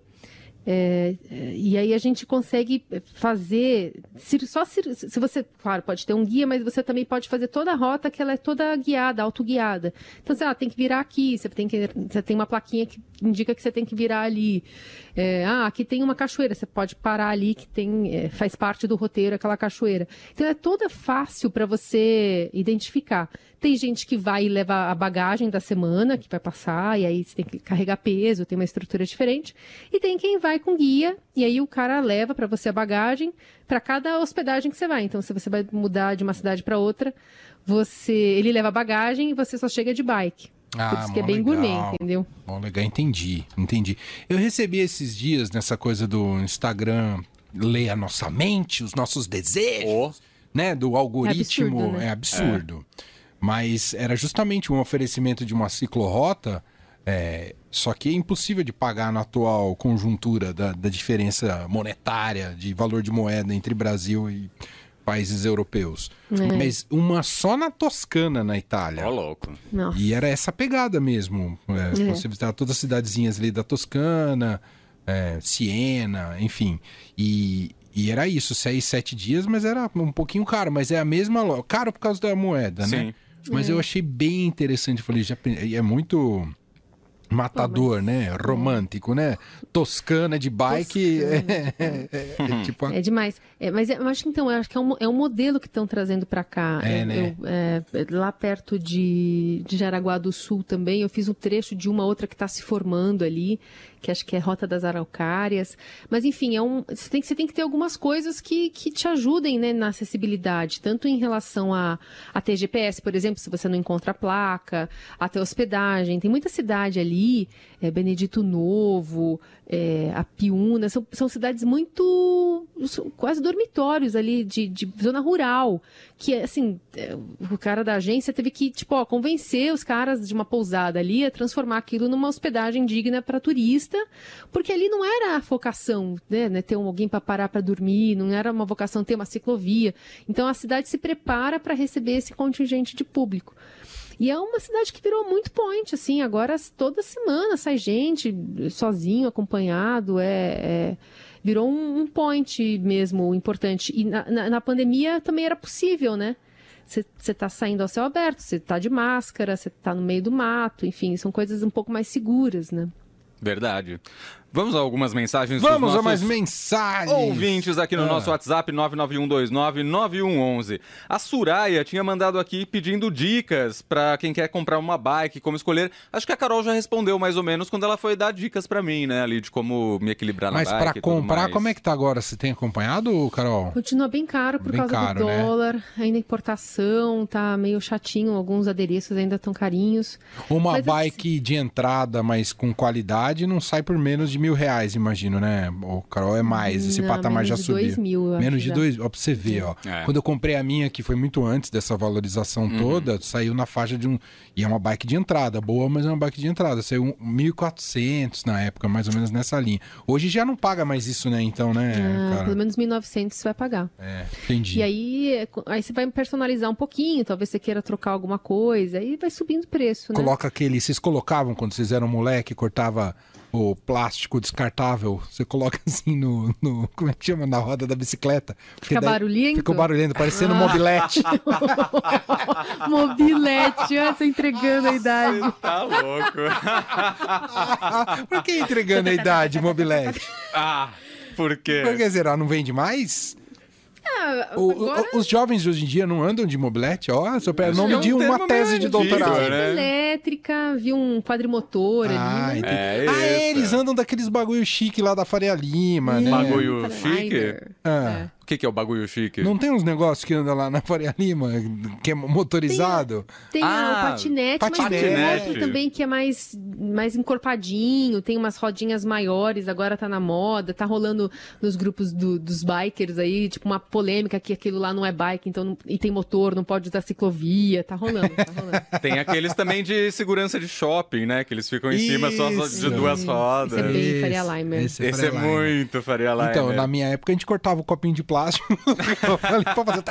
E aí a gente consegue fazer, se você, claro, pode ter um guia, mas você também pode fazer toda a rota que ela é toda guiada, autoguiada. Então, você tem que virar aqui, você tem uma plaquinha que indica que você tem que virar ali. Aqui tem uma cachoeira, você pode parar ali que faz parte do roteiro aquela cachoeira. Então é toda fácil para você identificar. Tem gente que vai e leva a bagagem da semana, que vai passar, e aí você tem que carregar peso, tem uma estrutura diferente. E tem quem vai com guia, e aí o cara leva para você a bagagem para cada hospedagem que você vai. Então, se você vai mudar de uma cidade para outra, ele leva a bagagem e você só chega de bike. Por isso que é bem legal. Gourmet, entendeu? Bom, legal, entendi. Eu recebi esses dias nessa coisa do Instagram, ler a nossa mente, os nossos desejos, né? Do algoritmo. É absurdo. Mas era justamente um oferecimento de uma ciclorrota, só que é impossível de pagar na atual conjuntura da diferença monetária, de valor de moeda entre Brasil e países europeus. Mas uma só na Toscana, na Itália. Louco. Nossa. E era essa pegada mesmo. Você visitava todas as cidadezinhas ali da Toscana, Siena, enfim. E era isso, 6, 7 dias, mas era um pouquinho caro. Mas é a mesma... Caro por causa da moeda, Sim. né? Mas eu achei bem interessante. Falei, é muito matador, né? Romântico, né? Toscana de bike. Tipo... É demais. Mas eu acho que é um modelo que estão trazendo para cá. Né? Lá perto de Jaraguá do Sul também, eu fiz um trecho de uma outra que está se formando ali, que acho que é Rota das Araucárias. Mas, enfim, você tem que ter algumas coisas que te ajudem, né, na acessibilidade, tanto em relação a ter GPS, por exemplo, se você não encontra a placa, até hospedagem. Tem muita cidade ali, Benedito Novo, Apiúna, são cidades muito... quase dormitórios ali de zona rural, que, assim, o cara da agência teve que, convencer os caras de uma pousada ali a transformar aquilo numa hospedagem digna para turista, porque ali não era a vocação, né, ter alguém para parar para dormir, não era uma vocação ter uma ciclovia. Então a cidade se prepara para receber esse contingente de público. E é uma cidade que virou muito point, assim, agora toda semana sai gente, sozinho, acompanhado, virou um point mesmo importante. E na pandemia também era possível, né? Você está saindo ao céu aberto, você está de máscara, você está no meio do mato, enfim, são coisas um pouco mais seguras, né? Verdade. Vamos a algumas mensagens dos Vamos nossos a mais mensagens. ouvintes aqui no nosso WhatsApp, 991299111. A Suraya tinha mandado aqui pedindo dicas pra quem quer comprar uma bike, como escolher. Acho que a Carol já respondeu mais ou menos quando ela foi dar dicas pra mim, né? Ali de como me equilibrar na bike. Mas pra comprar, como é que tá agora? Você tem acompanhado, Carol? Continua bem caro por causa do dólar. Né? Ainda a importação tá meio chatinho. Alguns adereços ainda estão carinhos. Uma bike de entrada, mas com qualidade, não sai por menos de R$1.000, imagino, né? O Carol, é mais. Esse patamar já subiu. Menos de 2.000, menos de 2.000, ó, pra você ver, ó. Quando eu comprei a minha, que foi muito antes dessa valorização toda, saiu na faixa de E é uma bike de entrada, boa, mas é uma bike de entrada. Saiu 1.400 na época, mais ou menos nessa linha. Hoje já não paga mais isso, né? Então, né, cara? Pelo menos 1.900 você vai pagar. Entendi. E aí você vai personalizar um pouquinho, talvez você queira trocar alguma coisa, aí vai subindo o preço, né? Coloca aquele... Vocês colocavam quando vocês eram moleque, cortava o plástico descartável, você coloca assim no como é que chama? Na roda da bicicleta. Fica barulhento? Fica barulhento, parecendo mobilete. Mobilete, você entregando a idade. Você tá louco. Por que entregando a idade, mobilete? Por quê? Por que será? Não vende mais? Agora... Os jovens de hoje em dia não andam de mobilete? Ó, seu pé não mediu uma tese de doutorado. Elétrica, vi um quadrimotor ali. Né? Eles andam daqueles bagulho chique lá da Faria Lima, né? Bagulho chique? O que é o bagulho chique? Não tem uns negócios que andam lá na Faria Lima, que é motorizado? Tem o patinete, mas tem outro também que é mais encorpadinho, tem umas rodinhas maiores, agora tá na moda, tá rolando nos grupos dos bikers aí, tipo uma polêmica que aquilo lá não é bike, então e tem motor, não pode usar ciclovia, tá rolando. Tem aqueles também de segurança de shopping, né, que eles ficam em cima só de duas rodas. Esse é bem Faria Limer. Esse é muito Faria Limer. Então, na minha época a gente cortava o copinho de plástico pra fazer...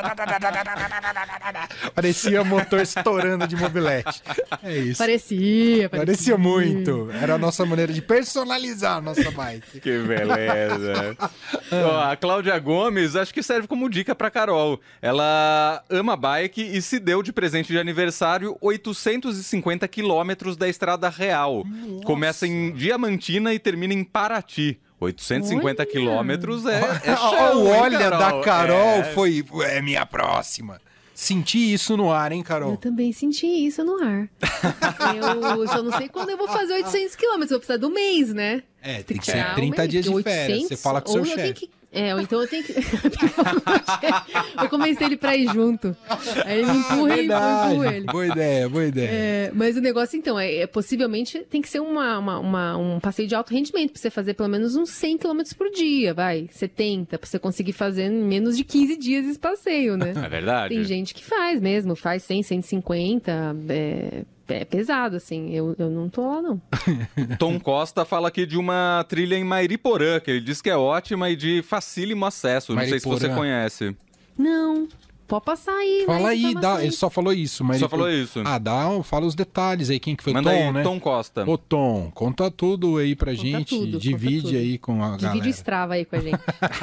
Parecia motor estourando de mobilete. É isso. Parecia muito. Era a nossa maneira de personalizar a nossa bike. Que beleza. A Cláudia Gomes, acho que serve como dica pra Carol. Ela ama bike e se deu de presente de aniversário 850 quilômetros da estrada real. Nossa. Começa em Diamantina e termina em Paraty. 850 quilômetros é chão, olha da Carol é minha próxima. Senti isso no ar, hein, Carol? Eu também senti isso no ar. Eu só não sei quando eu vou fazer 800 quilômetros. Eu vou precisar do mês, né? Tem que ser 30 dias de férias. Você fala com o seu chefe. Ou então eu tenho que... Eu convenci ele pra ir junto. Aí ele me empurra e empurro ele. Boa ideia. Mas o negócio, então, possivelmente tem que ser um passeio de alto rendimento pra você fazer pelo menos uns 100 km por dia, 70, pra você conseguir fazer em menos de 15 dias esse passeio, né? É verdade. Tem gente que faz 100, 150, é pesado, assim. Eu não tô lá, não. Tom Costa fala aqui de uma trilha em Mairiporã, que ele diz que é ótima e de facílimo acesso. Não sei se você conhece. Não. Pode passar aí. Fala aí, ele só falou isso. Só falou isso. Fala os detalhes aí. Quem que foi? Manda Tom, aí, né? Tom Costa. Ô, Tom, conta tudo aí pra gente. Divide aí com a galera. Divide o Strava aí com a gente.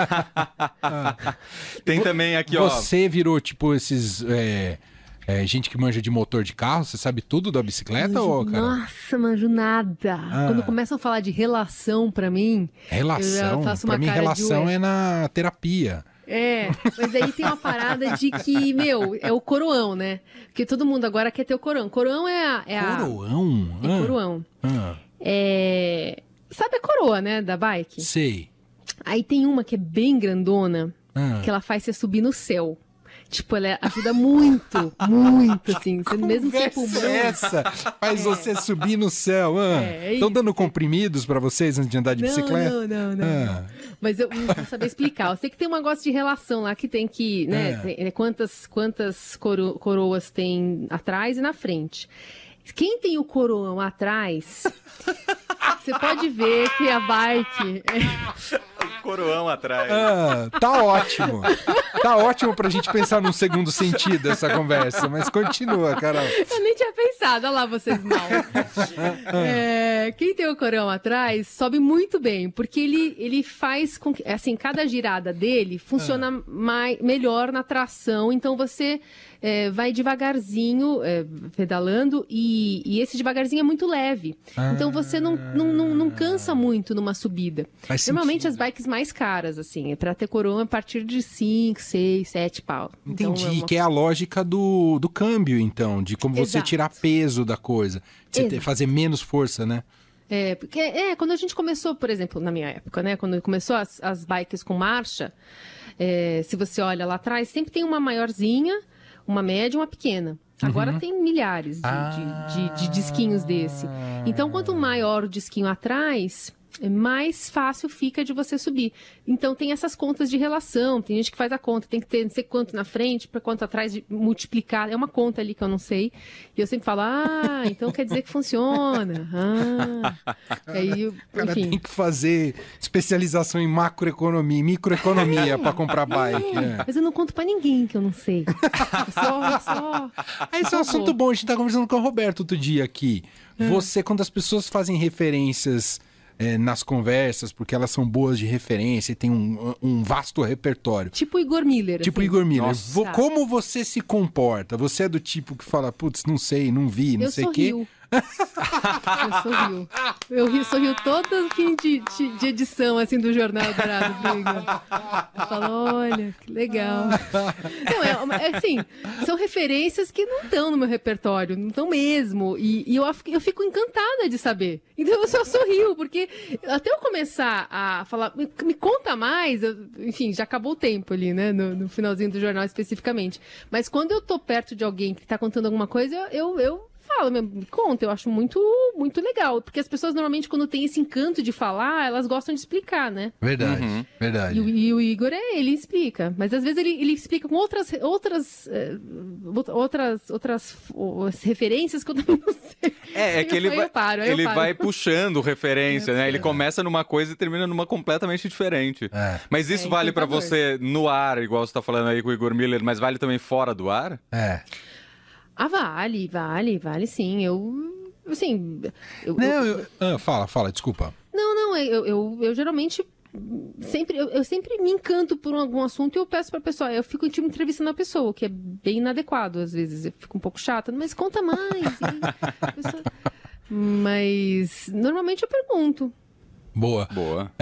Tem também aqui, Você virou, tipo, esses... gente que manja de motor de carro, você sabe tudo da bicicleta, cara? Nossa, manjo nada. Quando começam a falar de relação pra mim... Relação? Eu faço uma pra mim, relação é na terapia. Mas aí tem uma parada de que, é o coroão, né? Porque todo mundo agora quer ter o coroão. Coroão Coroão? É coroão. Sabe a coroa, né, da bike? Sei. Aí tem uma que é bem grandona, que ela faz você subir no céu. Tipo, ela ajuda muito, assim. Você mesmo sem pulmão. Essa faz você subir no céu. Estão dando comprimidos pra vocês antes de andar de bicicleta? Não. Mas eu não vou saber explicar. Eu sei que tem um negócio de relação lá que tem que, né? Quantas coroas tem atrás e na frente. Quem tem o coroão atrás, você pode ver que a bike... Coroão atrás. Tá ótimo. Tá ótimo pra gente pensar num segundo sentido essa conversa, mas continua, Carol. Eu nem tinha pensado, olha lá vocês mal. Quem tem o coroão atrás sobe muito bem, porque ele faz com que, assim, cada girada dele funciona melhor na tração, então você vai devagarzinho pedalando e esse devagarzinho é muito leve. Então você não cansa muito numa subida. Normalmente as bikes mais caras, assim, pra ter coroão a partir de 5, 6, 7 pau. Entendi, então, que é a lógica do câmbio, então, de como você tirar peso da coisa, de você fazer menos força, né? Porque quando a gente começou, por exemplo, na minha época, né? Quando começou as bikes com marcha, se você olha lá atrás, sempre tem uma maiorzinha, uma média e uma pequena. Agora tem milhares de disquinhos desse. Então, quanto maior o disquinho atrás, mais fácil fica de você subir. Então, tem essas contas de relação. Tem gente que faz a conta, tem que ter não sei quanto na frente, para quanto atrás, de multiplicar. É uma conta ali que eu não sei. E eu sempre falo, então quer dizer que funciona. Aí, cara, tem que fazer especialização em macroeconomia, microeconomia para comprar bike. Mas eu não conto para ninguém que eu não sei. Esse é um assunto bom. A gente tá conversando com o Roberto outro dia aqui. Você, quando as pessoas fazem referências nas conversas, porque elas são boas de referência e tem um vasto repertório. Tipo Igor Miller. Tipo assim. Igor Miller. Como você se comporta? Você é do tipo que fala, putz, não sei, não vi, não sei o quê. Eu sou Rio todo fim de edição, assim, do Jornal Dourado pro Igor. Eu falo, olha, que legal. Não, assim, são referências que não estão no meu repertório, não estão mesmo. E eu fico encantada de saber. Então eu só sorrio, porque até eu começar a falar, me conta mais, enfim, já acabou o tempo ali, né, no finalzinho do jornal especificamente. Mas quando eu tô perto de alguém que tá contando alguma coisa, eu falo, me conta, eu acho muito, muito legal. Porque as pessoas normalmente, quando tem esse encanto de falar, elas gostam de explicar, né? Verdade, verdade. E o Igor, ele explica. Mas às vezes ele explica com outras referências que eu também não sei. Que ele vai puxando referência, né? Ele começa numa coisa e termina numa completamente diferente. Mas isso vale pra você no ar, igual você tá falando aí com o Igor Miller, mas vale também fora do ar? Vale sim. Fala, desculpa. Não, eu geralmente eu sempre me encanto por algum assunto e eu peço pra pessoa, eu fico entrevistando a pessoa, o que é bem inadequado às vezes, eu fico um pouco chata, mas conta mais. Mas normalmente eu pergunto. Boa.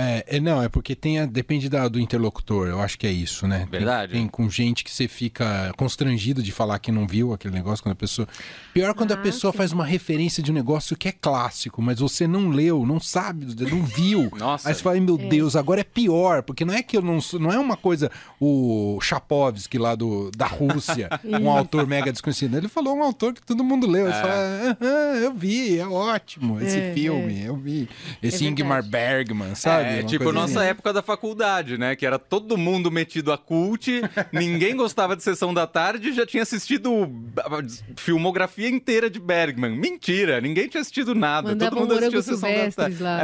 É porque depende do interlocutor, eu acho que é isso, né? Verdade. Tem com gente que você fica constrangido de falar que não viu aquele negócio, quando a pessoa... Pior quando a pessoa faz uma referência de um negócio que é clássico, mas você não leu, não sabe, não viu. Nossa. Aí você fala, meu Deus, agora é pior, porque não é que eu não é uma coisa, o Chapovsky lá da Rússia, um autor mega desconhecido. Ele falou um autor que todo mundo leu. Você fala, eu vi, é ótimo esse filme, eu vi. Esse Ingmar Bergman, sabe? Tipo nossa época da faculdade, né? Que era todo mundo metido a cult, ninguém gostava de Sessão da Tarde e já tinha assistido a filmografia inteira de Bergman. Mentira, ninguém tinha assistido nada. Todo mundo assistiu Sessão da Tarde. Lá,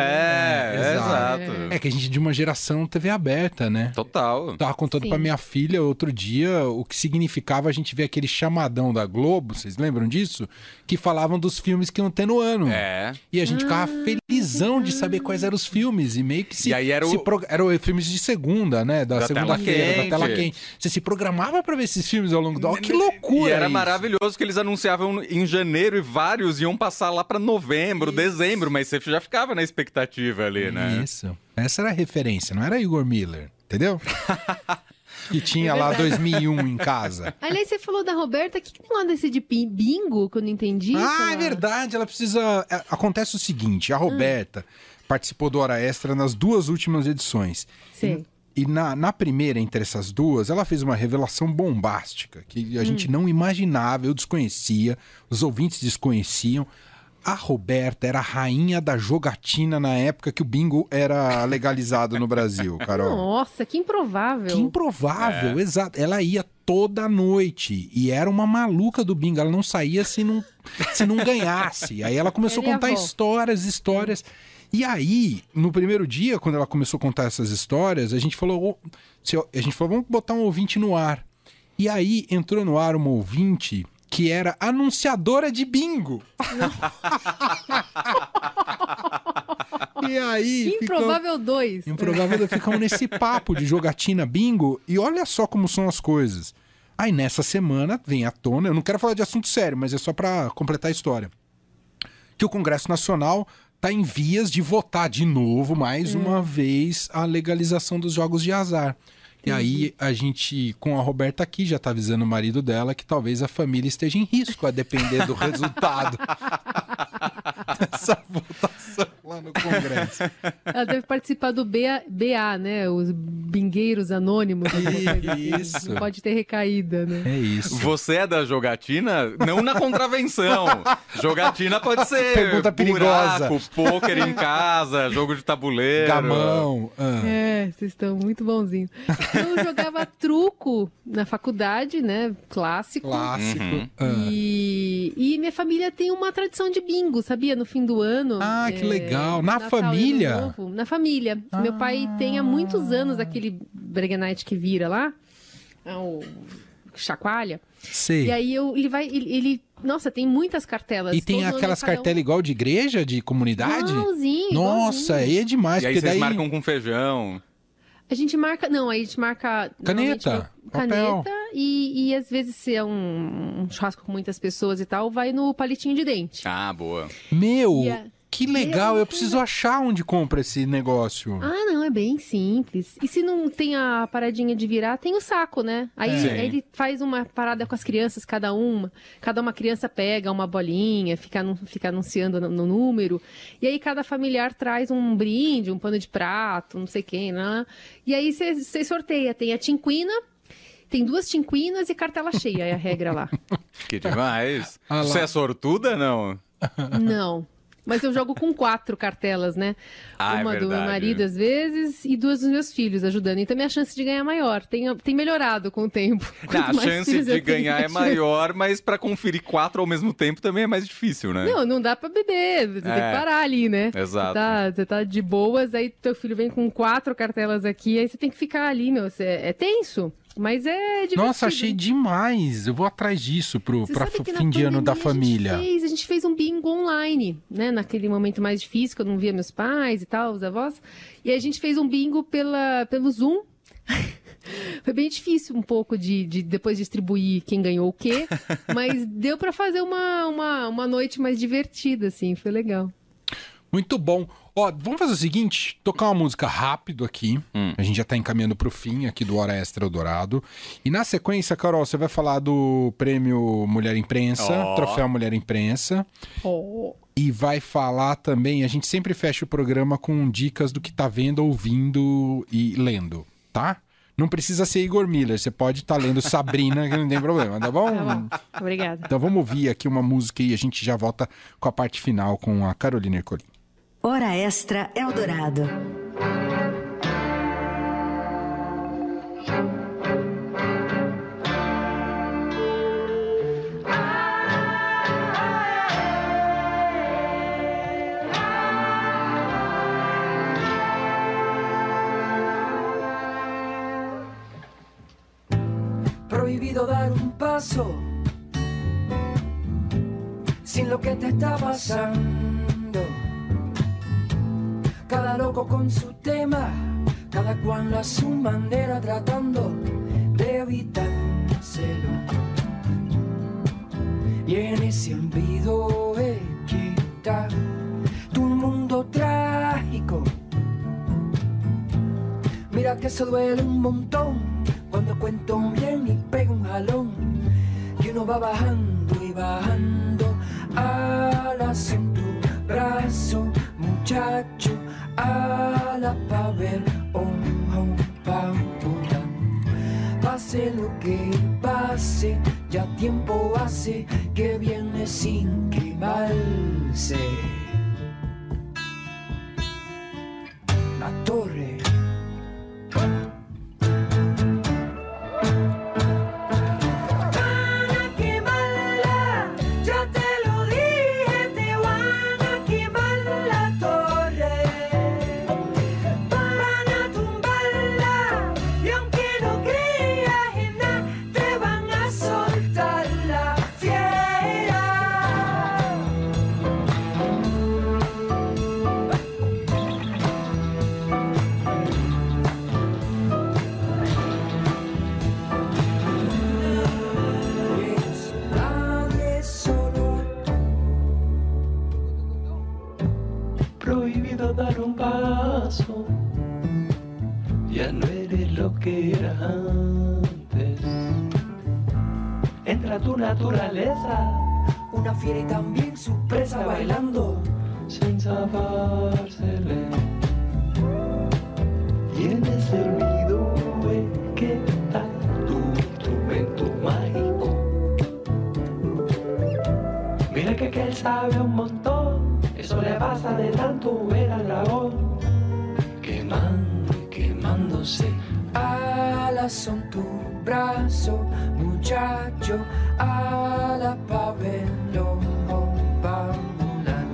exato. É que a gente de uma geração TV aberta, né? Total. Tava contando pra minha filha outro dia o que significava a gente ver aquele chamadão da Globo, vocês lembram disso? Que falavam dos filmes que iam ter no ano. E a gente ficava felizão de saber quais eram os filmes, e meio que e aí eram filmes de segunda, né? Da segunda-feira, da tela quente. Você se programava pra ver esses filmes ao longo do ano. Que loucura! E era maravilhoso que eles anunciavam em janeiro e vários iam passar lá pra novembro, dezembro, mas você já ficava na expectativa ali, né? Isso. Essa era a referência, não era Igor Miller, entendeu? Que tinha lá 2001 em casa. Aliás, você falou da Roberta, que tem lá desse de bingo, que eu não entendi? É verdade, ela precisa... Acontece o seguinte, a Roberta participou do Hora Extra nas 2 últimas edições. Sim. E na primeira, entre essas 2, ela fez uma revelação bombástica, que a gente não imaginava, eu desconhecia, os ouvintes desconheciam. A Roberta era a rainha da jogatina na época que o bingo era legalizado no Brasil, Carol. Nossa, que improvável. Que improvável, exato. Ela ia toda noite e era uma maluca do bingo. Ela não saía se não ganhasse. Aí ela começou a contar histórias. E aí, no primeiro dia, quando ela começou a contar essas histórias, a gente falou, vamos botar um ouvinte no ar. E aí, entrou no ar uma ouvinte que era anunciadora de bingo. E aí... Improvável 2. Improvável 2. Ficamos nesse papo de jogatina bingo. E olha só como são as coisas. Aí, nessa semana, vem à tona... Eu não quero falar de assunto sério, mas é só para completar a história. Que o Congresso Nacional está em vias de votar de novo, mais uma vez, a legalização dos jogos de azar. E aí, a gente, com a Roberta aqui, já está avisando o marido dela que talvez a família esteja em risco, a depender do resultado dessa votação lá no Congresso. Ela deve participar do BA, né? Os bingueiros anônimos. Isso. Não pode ter recaída, né? É isso. Você é da jogatina? Não na contravenção. Jogatina pode ser pergunta perigosa. Buraco, pôquer em casa, jogo de tabuleiro. Gamão. Vocês estão muito bonzinhos. Eu jogava truco na faculdade, né? Clássico. Clássico. E minha família tem uma tradição de bingo, sabia? No fim do ano. Ah, que legal. Na Natal, família? Ano Novo. Na família. Meu pai tem há muitos anos aquele Breguenite que vira lá. O chacoalha. Sei. E aí ele nossa, tem muitas cartelas. E tem aquelas cartelas igual de igreja, de comunidade? Igualzinho. Nossa, aí é demais. E aí vocês marcam com feijão. A gente marca caneta e às vezes se é um churrasco com muitas pessoas e tal, vai no palitinho de dente. Ah, boa. Que legal, eu preciso achar onde compra esse negócio. Ah, não, é bem simples. E se não tem a paradinha de virar, tem o saco, né? Aí ele faz uma parada com as crianças, cada uma criança pega uma bolinha, fica anunciando no número, e aí cada familiar traz um brinde, um pano de prato, não sei quem, né? E aí você sorteia, tem a tinquina, tem 2 tinquinas e cartela cheia, é a regra lá. Que demais. Você é sortuda, não? Não. Mas eu jogo com 4 cartelas, né? Uma do meu marido, às vezes, e 2 dos meus filhos ajudando. Então, minha chance de ganhar é maior. Tem melhorado com o tempo. A chance de ganhar é maior, mas para conferir 4 ao mesmo tempo também é mais difícil, né? Não dá para beber. Você tem que parar ali, né? Exato. Você tá de boas, aí teu filho vem com 4 cartelas aqui, aí você tem que ficar ali, meu. É tenso. Mas é divertido. Nossa, achei demais. Eu vou atrás disso para fim de ano da família. A gente fez um bingo online, né? Naquele momento mais difícil, que eu não via meus pais e tal, os avós. E a gente fez um bingo pelo Zoom. Foi bem difícil um pouco de depois distribuir quem ganhou o quê. Mas deu para fazer uma noite mais divertida, assim. Foi legal. Muito bom. Vamos fazer o seguinte, tocar uma música rápido aqui. A gente já tá encaminhando pro fim aqui do Hora Extra Eldorado. E na sequência, Carol, você vai falar do prêmio Mulher Imprensa, Troféu Mulher Imprensa. E vai falar também, a gente sempre fecha o programa com dicas do que tá vendo, ouvindo e lendo, tá? Não precisa ser Igor Miller, você pode estar lendo Sabrina, que não tem problema, tá bom? Tá bom, obrigada. Então vamos ouvir aqui uma música e a gente já volta com a parte final com a Carolina Ercolim. Hora Extra Eldorado. Prohibido dar un paso sin lo que te está pasando. Cada loco con su tema, cada cual a su manera tratando de evitárselo. Y en ese olvido es que está tu mundo trágico. Mira que eso duele un montón cuando cuento bien y pego un jalón. Y uno va bajando y bajando alas en tu brazo, muchacho. Ala pa' ver, pa' puta. Pase lo que pase, ya tiempo hace que viene sin quemarse. La torre. Van a quemarla, ya te lo dije, te van a quemar la torre. olvido dar un paso. Ya no eres lo que eras antes. Entra tu naturaleza, una fiera y también su presa bailando senza farsele. Y en ese olvido es que está tu instrumento mágico. Mira que él sabe un montón, eso le pasa de tanto ver al dragón quemando y quemándose. Alas son tu brazo, muchacho, ala pa' verlo, pa' volar.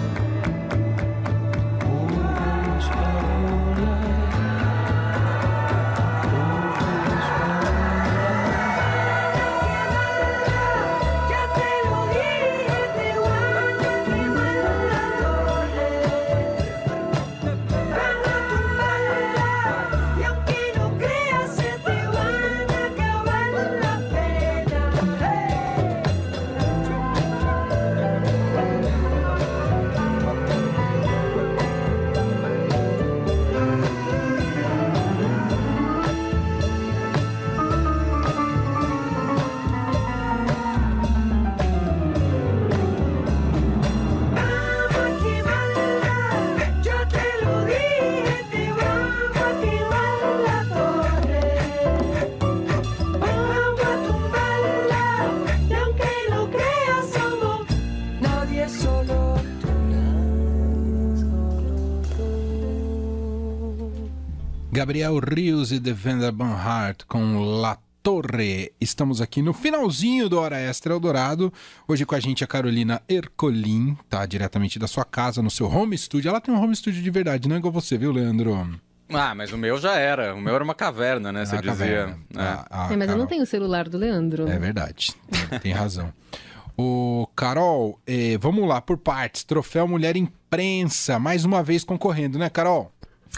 Gabriel Rios e Devendra Banhart com La Torre. Estamos aqui no finalzinho do Hora Extra Eldorado. Hoje com a gente a Carolina Ercolim, tá diretamente da sua casa, no seu home studio. Ela tem um home studio de verdade, não é igual você, viu, Leandro? Ah, mas o meu já era. O meu era uma caverna, né? Você dizia. Mas Carol... eu não tenho o celular do Leandro. É verdade, tem razão. Ô, Carol, vamos lá, por partes. Troféu Mulher Imprensa, mais uma vez concorrendo, né, Carol?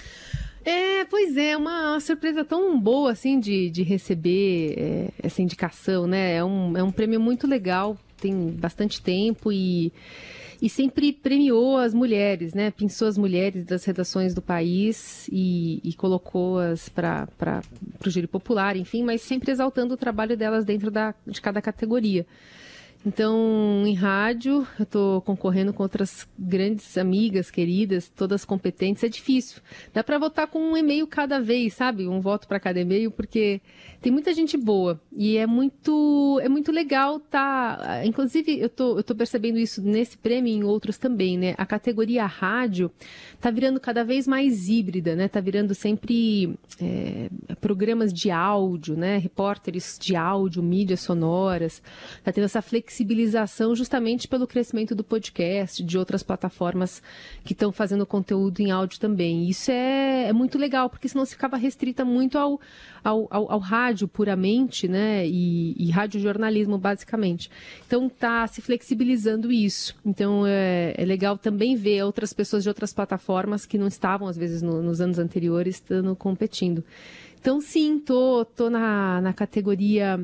Pois é, uma surpresa tão boa, assim, de receber essa indicação, né? É um prêmio muito legal, tem bastante tempo e sempre premiou as mulheres, né? Pensou as mulheres das redações do país e colocou-as para o júri popular, enfim, mas sempre exaltando o trabalho delas dentro de cada categoria. Então, em rádio, eu estou concorrendo com outras grandes amigas, queridas, todas competentes. É difícil. Dá para votar com um e-mail cada vez, sabe? Um voto para cada e-mail, porque tem muita gente boa. E é muito legal tá. Inclusive, eu tô percebendo isso nesse prêmio e em outros também, né? A categoria rádio tá virando cada vez mais híbrida, né? Tá virando sempre programas de áudio, né? Repórteres de áudio, mídias sonoras. Tá tendo essa flexibilização justamente pelo crescimento do podcast, de outras plataformas que estão fazendo conteúdo em áudio também. Isso é muito legal, porque senão se ficava restrita muito ao rádio puramente, né? E radiojornalismo, basicamente. Então tá se flexibilizando isso. Então é legal também ver outras pessoas de outras plataformas que não estavam, às vezes, nos anos anteriores, estando competindo. Então sim, tô na categoria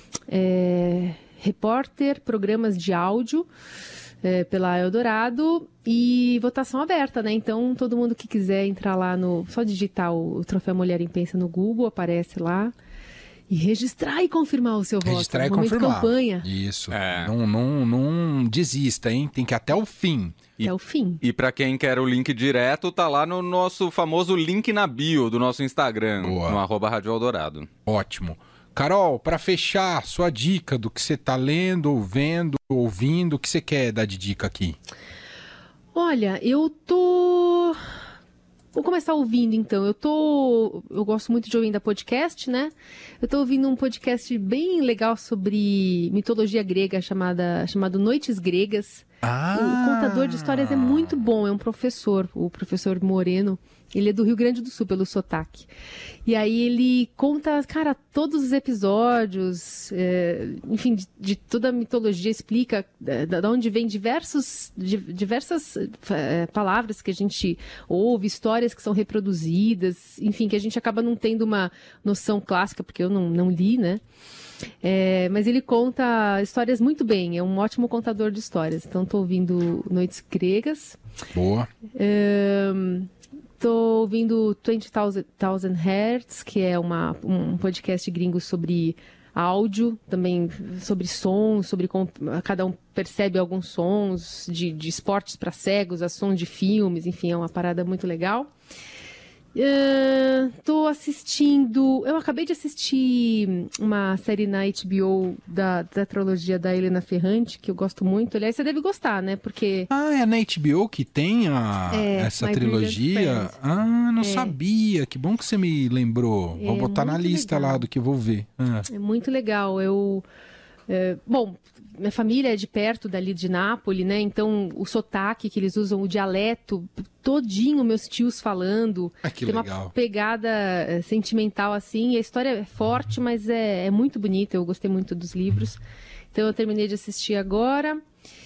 repórter, programas de áudio pela Eldorado e votação aberta, né? Então todo mundo que quiser entrar lá só digitar o Troféu Mulher Imprensa no Google, aparece lá. E registrar e confirmar o seu voto. Registrar e confirmar. Campanha. Isso. Não desista, hein? Tem que ir até o fim. Até o fim. E para quem quer o link direto, tá lá no nosso famoso link na bio do nosso Instagram, no @Rádio Eldorado. Ótimo. Carol, para fechar, sua dica do que você tá lendo, vendo, ouvindo, o que você quer dar de dica aqui? Olha, Vou começar ouvindo, então. Eu gosto muito de ouvir da podcast, né? Eu tô ouvindo um podcast bem legal sobre mitologia grega chamado Noites Gregas. O contador de histórias é muito bom, é um professor, o professor Moreno. Ele é do Rio Grande do Sul, pelo sotaque. E aí ele conta, cara, todos os episódios, enfim, de toda a mitologia, explica de onde vem diversas palavras que a gente ouve, histórias que são reproduzidas, enfim, que a gente acaba não tendo uma noção clássica, porque eu não li, né? Mas ele conta histórias muito bem, é um ótimo contador de histórias. Então, estou ouvindo Noites Gregas. Boa. Estou ouvindo 20,000 Hertz, que é um podcast gringo sobre áudio, também sobre sons, sobre como cada um percebe alguns sons de esportes para cegos, a sons de filmes, enfim, é uma parada muito legal. Eu acabei de assistir uma série na HBO da trilogia da Helena Ferrante, que eu gosto muito. Aliás, você deve gostar, né? Porque... é na HBO que tem essa trilogia? Não sabia. Que bom que você me lembrou. Vou botar na lista legal. Lá do que vou ver. É muito legal. Bom, minha família é de perto dali de Nápoles, né? Então, o sotaque que eles usam, o dialeto, todinho meus tios falando. Que tem legal. Uma pegada sentimental, assim. E a história é forte, mas é muito bonita. Eu gostei muito dos livros. Então, eu terminei de assistir agora.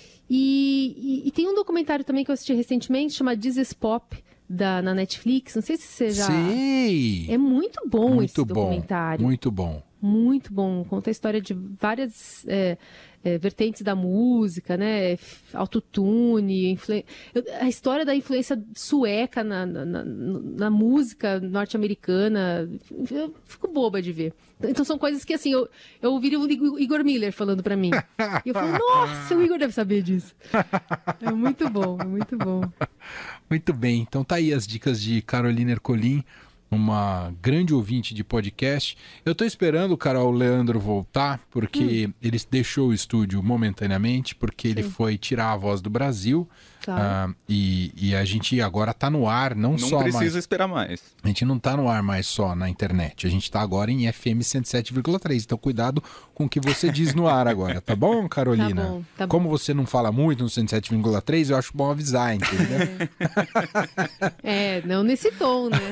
E tem um documentário também que eu assisti recentemente, chama This is Pop, na Netflix. Não sei se você já... Sei! É muito bom esse documentário. Muito bom. Muito bom. Conta a história de várias vertentes da música, né? Autotune, a história da influência sueca na música norte-americana. Eu fico boba de ver. Então são coisas que, assim, eu ouvi o Igor Miller falando pra mim. E eu falo, nossa, o Igor deve saber disso. É muito bom, é muito bom. Muito bem. Então tá aí as dicas de Carolina Ercolim, uma grande ouvinte de podcast. Eu tô esperando, Carol, o Leandro voltar, porque ele deixou o estúdio momentaneamente, porque ele foi tirar a Voz do Brasil. Claro. E a gente agora tá no ar, não só mais... Não precisa esperar mais. A gente não tá no ar mais só na internet, a gente tá agora em FM 107,3, então cuidado com o que você diz no ar agora, tá bom, Carolina? Tá bom. Como você não fala muito no 107,3, eu acho bom avisar, entendeu? Não nesse tom, né?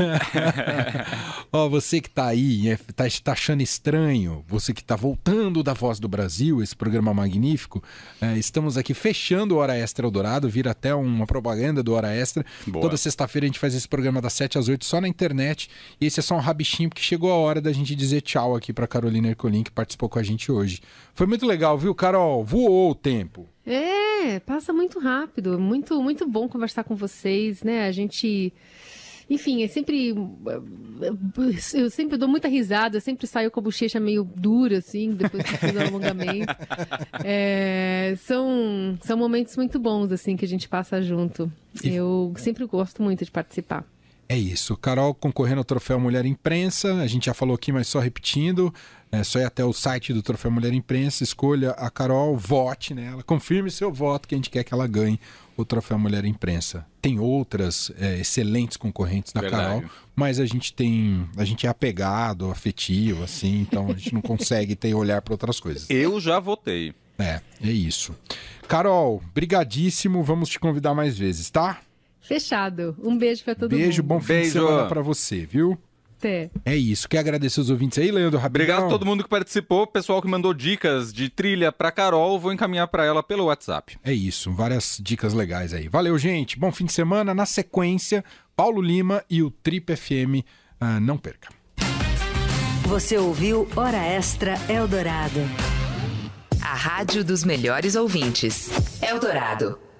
Você que tá aí, tá achando estranho, você que tá voltando da Voz do Brasil, esse programa magnífico, estamos aqui fechando o Hora Extra Eldorado, vira até uma propaganda do Hora Extra. Boa. Toda sexta-feira a gente faz esse programa das 7 às 8 só na internet, e esse é só um rabichinho, porque chegou a hora da gente dizer tchau aqui pra Carolina Ercolim, que participou com a gente hoje. Foi muito legal, viu, Carol? Voou o tempo. Passa muito rápido, muito, muito bom conversar com vocês, né? A gente... Enfim, eu sempre dou muita risada, eu sempre saio com a bochecha meio dura, assim, depois que fiz o alongamento. São momentos muito bons, assim, que a gente passa junto. Eu sempre gosto muito de participar. É isso. Carol concorrendo ao Troféu Mulher Imprensa. A gente já falou aqui, mas só repetindo. É só ir até o site do Troféu Mulher Imprensa, escolha a Carol, vote nela, confirme seu voto, que a gente quer que ela ganhe o Troféu Mulher Imprensa. Tem outras excelentes concorrentes da Carol, mas a gente é apegado, afetivo, assim, então a gente não consegue ter olhar para outras coisas. Eu já votei. É isso. Carol, brigadíssimo, vamos te convidar mais vezes, tá? Fechado. Um beijo pra todo mundo. Beijo, bom fim de semana pra você, viu? É isso. Quer agradecer os ouvintes aí, Leandro? Rapidão. Obrigado a todo mundo que participou, pessoal que mandou dicas de trilha pra Carol, vou encaminhar pra ela pelo WhatsApp. É isso, várias dicas legais aí. Valeu, gente. Bom fim de semana. Na sequência, Paulo Lima e o Trip FM. Não perca. Você ouviu Hora Extra Eldorado. A rádio dos melhores ouvintes. Eldorado.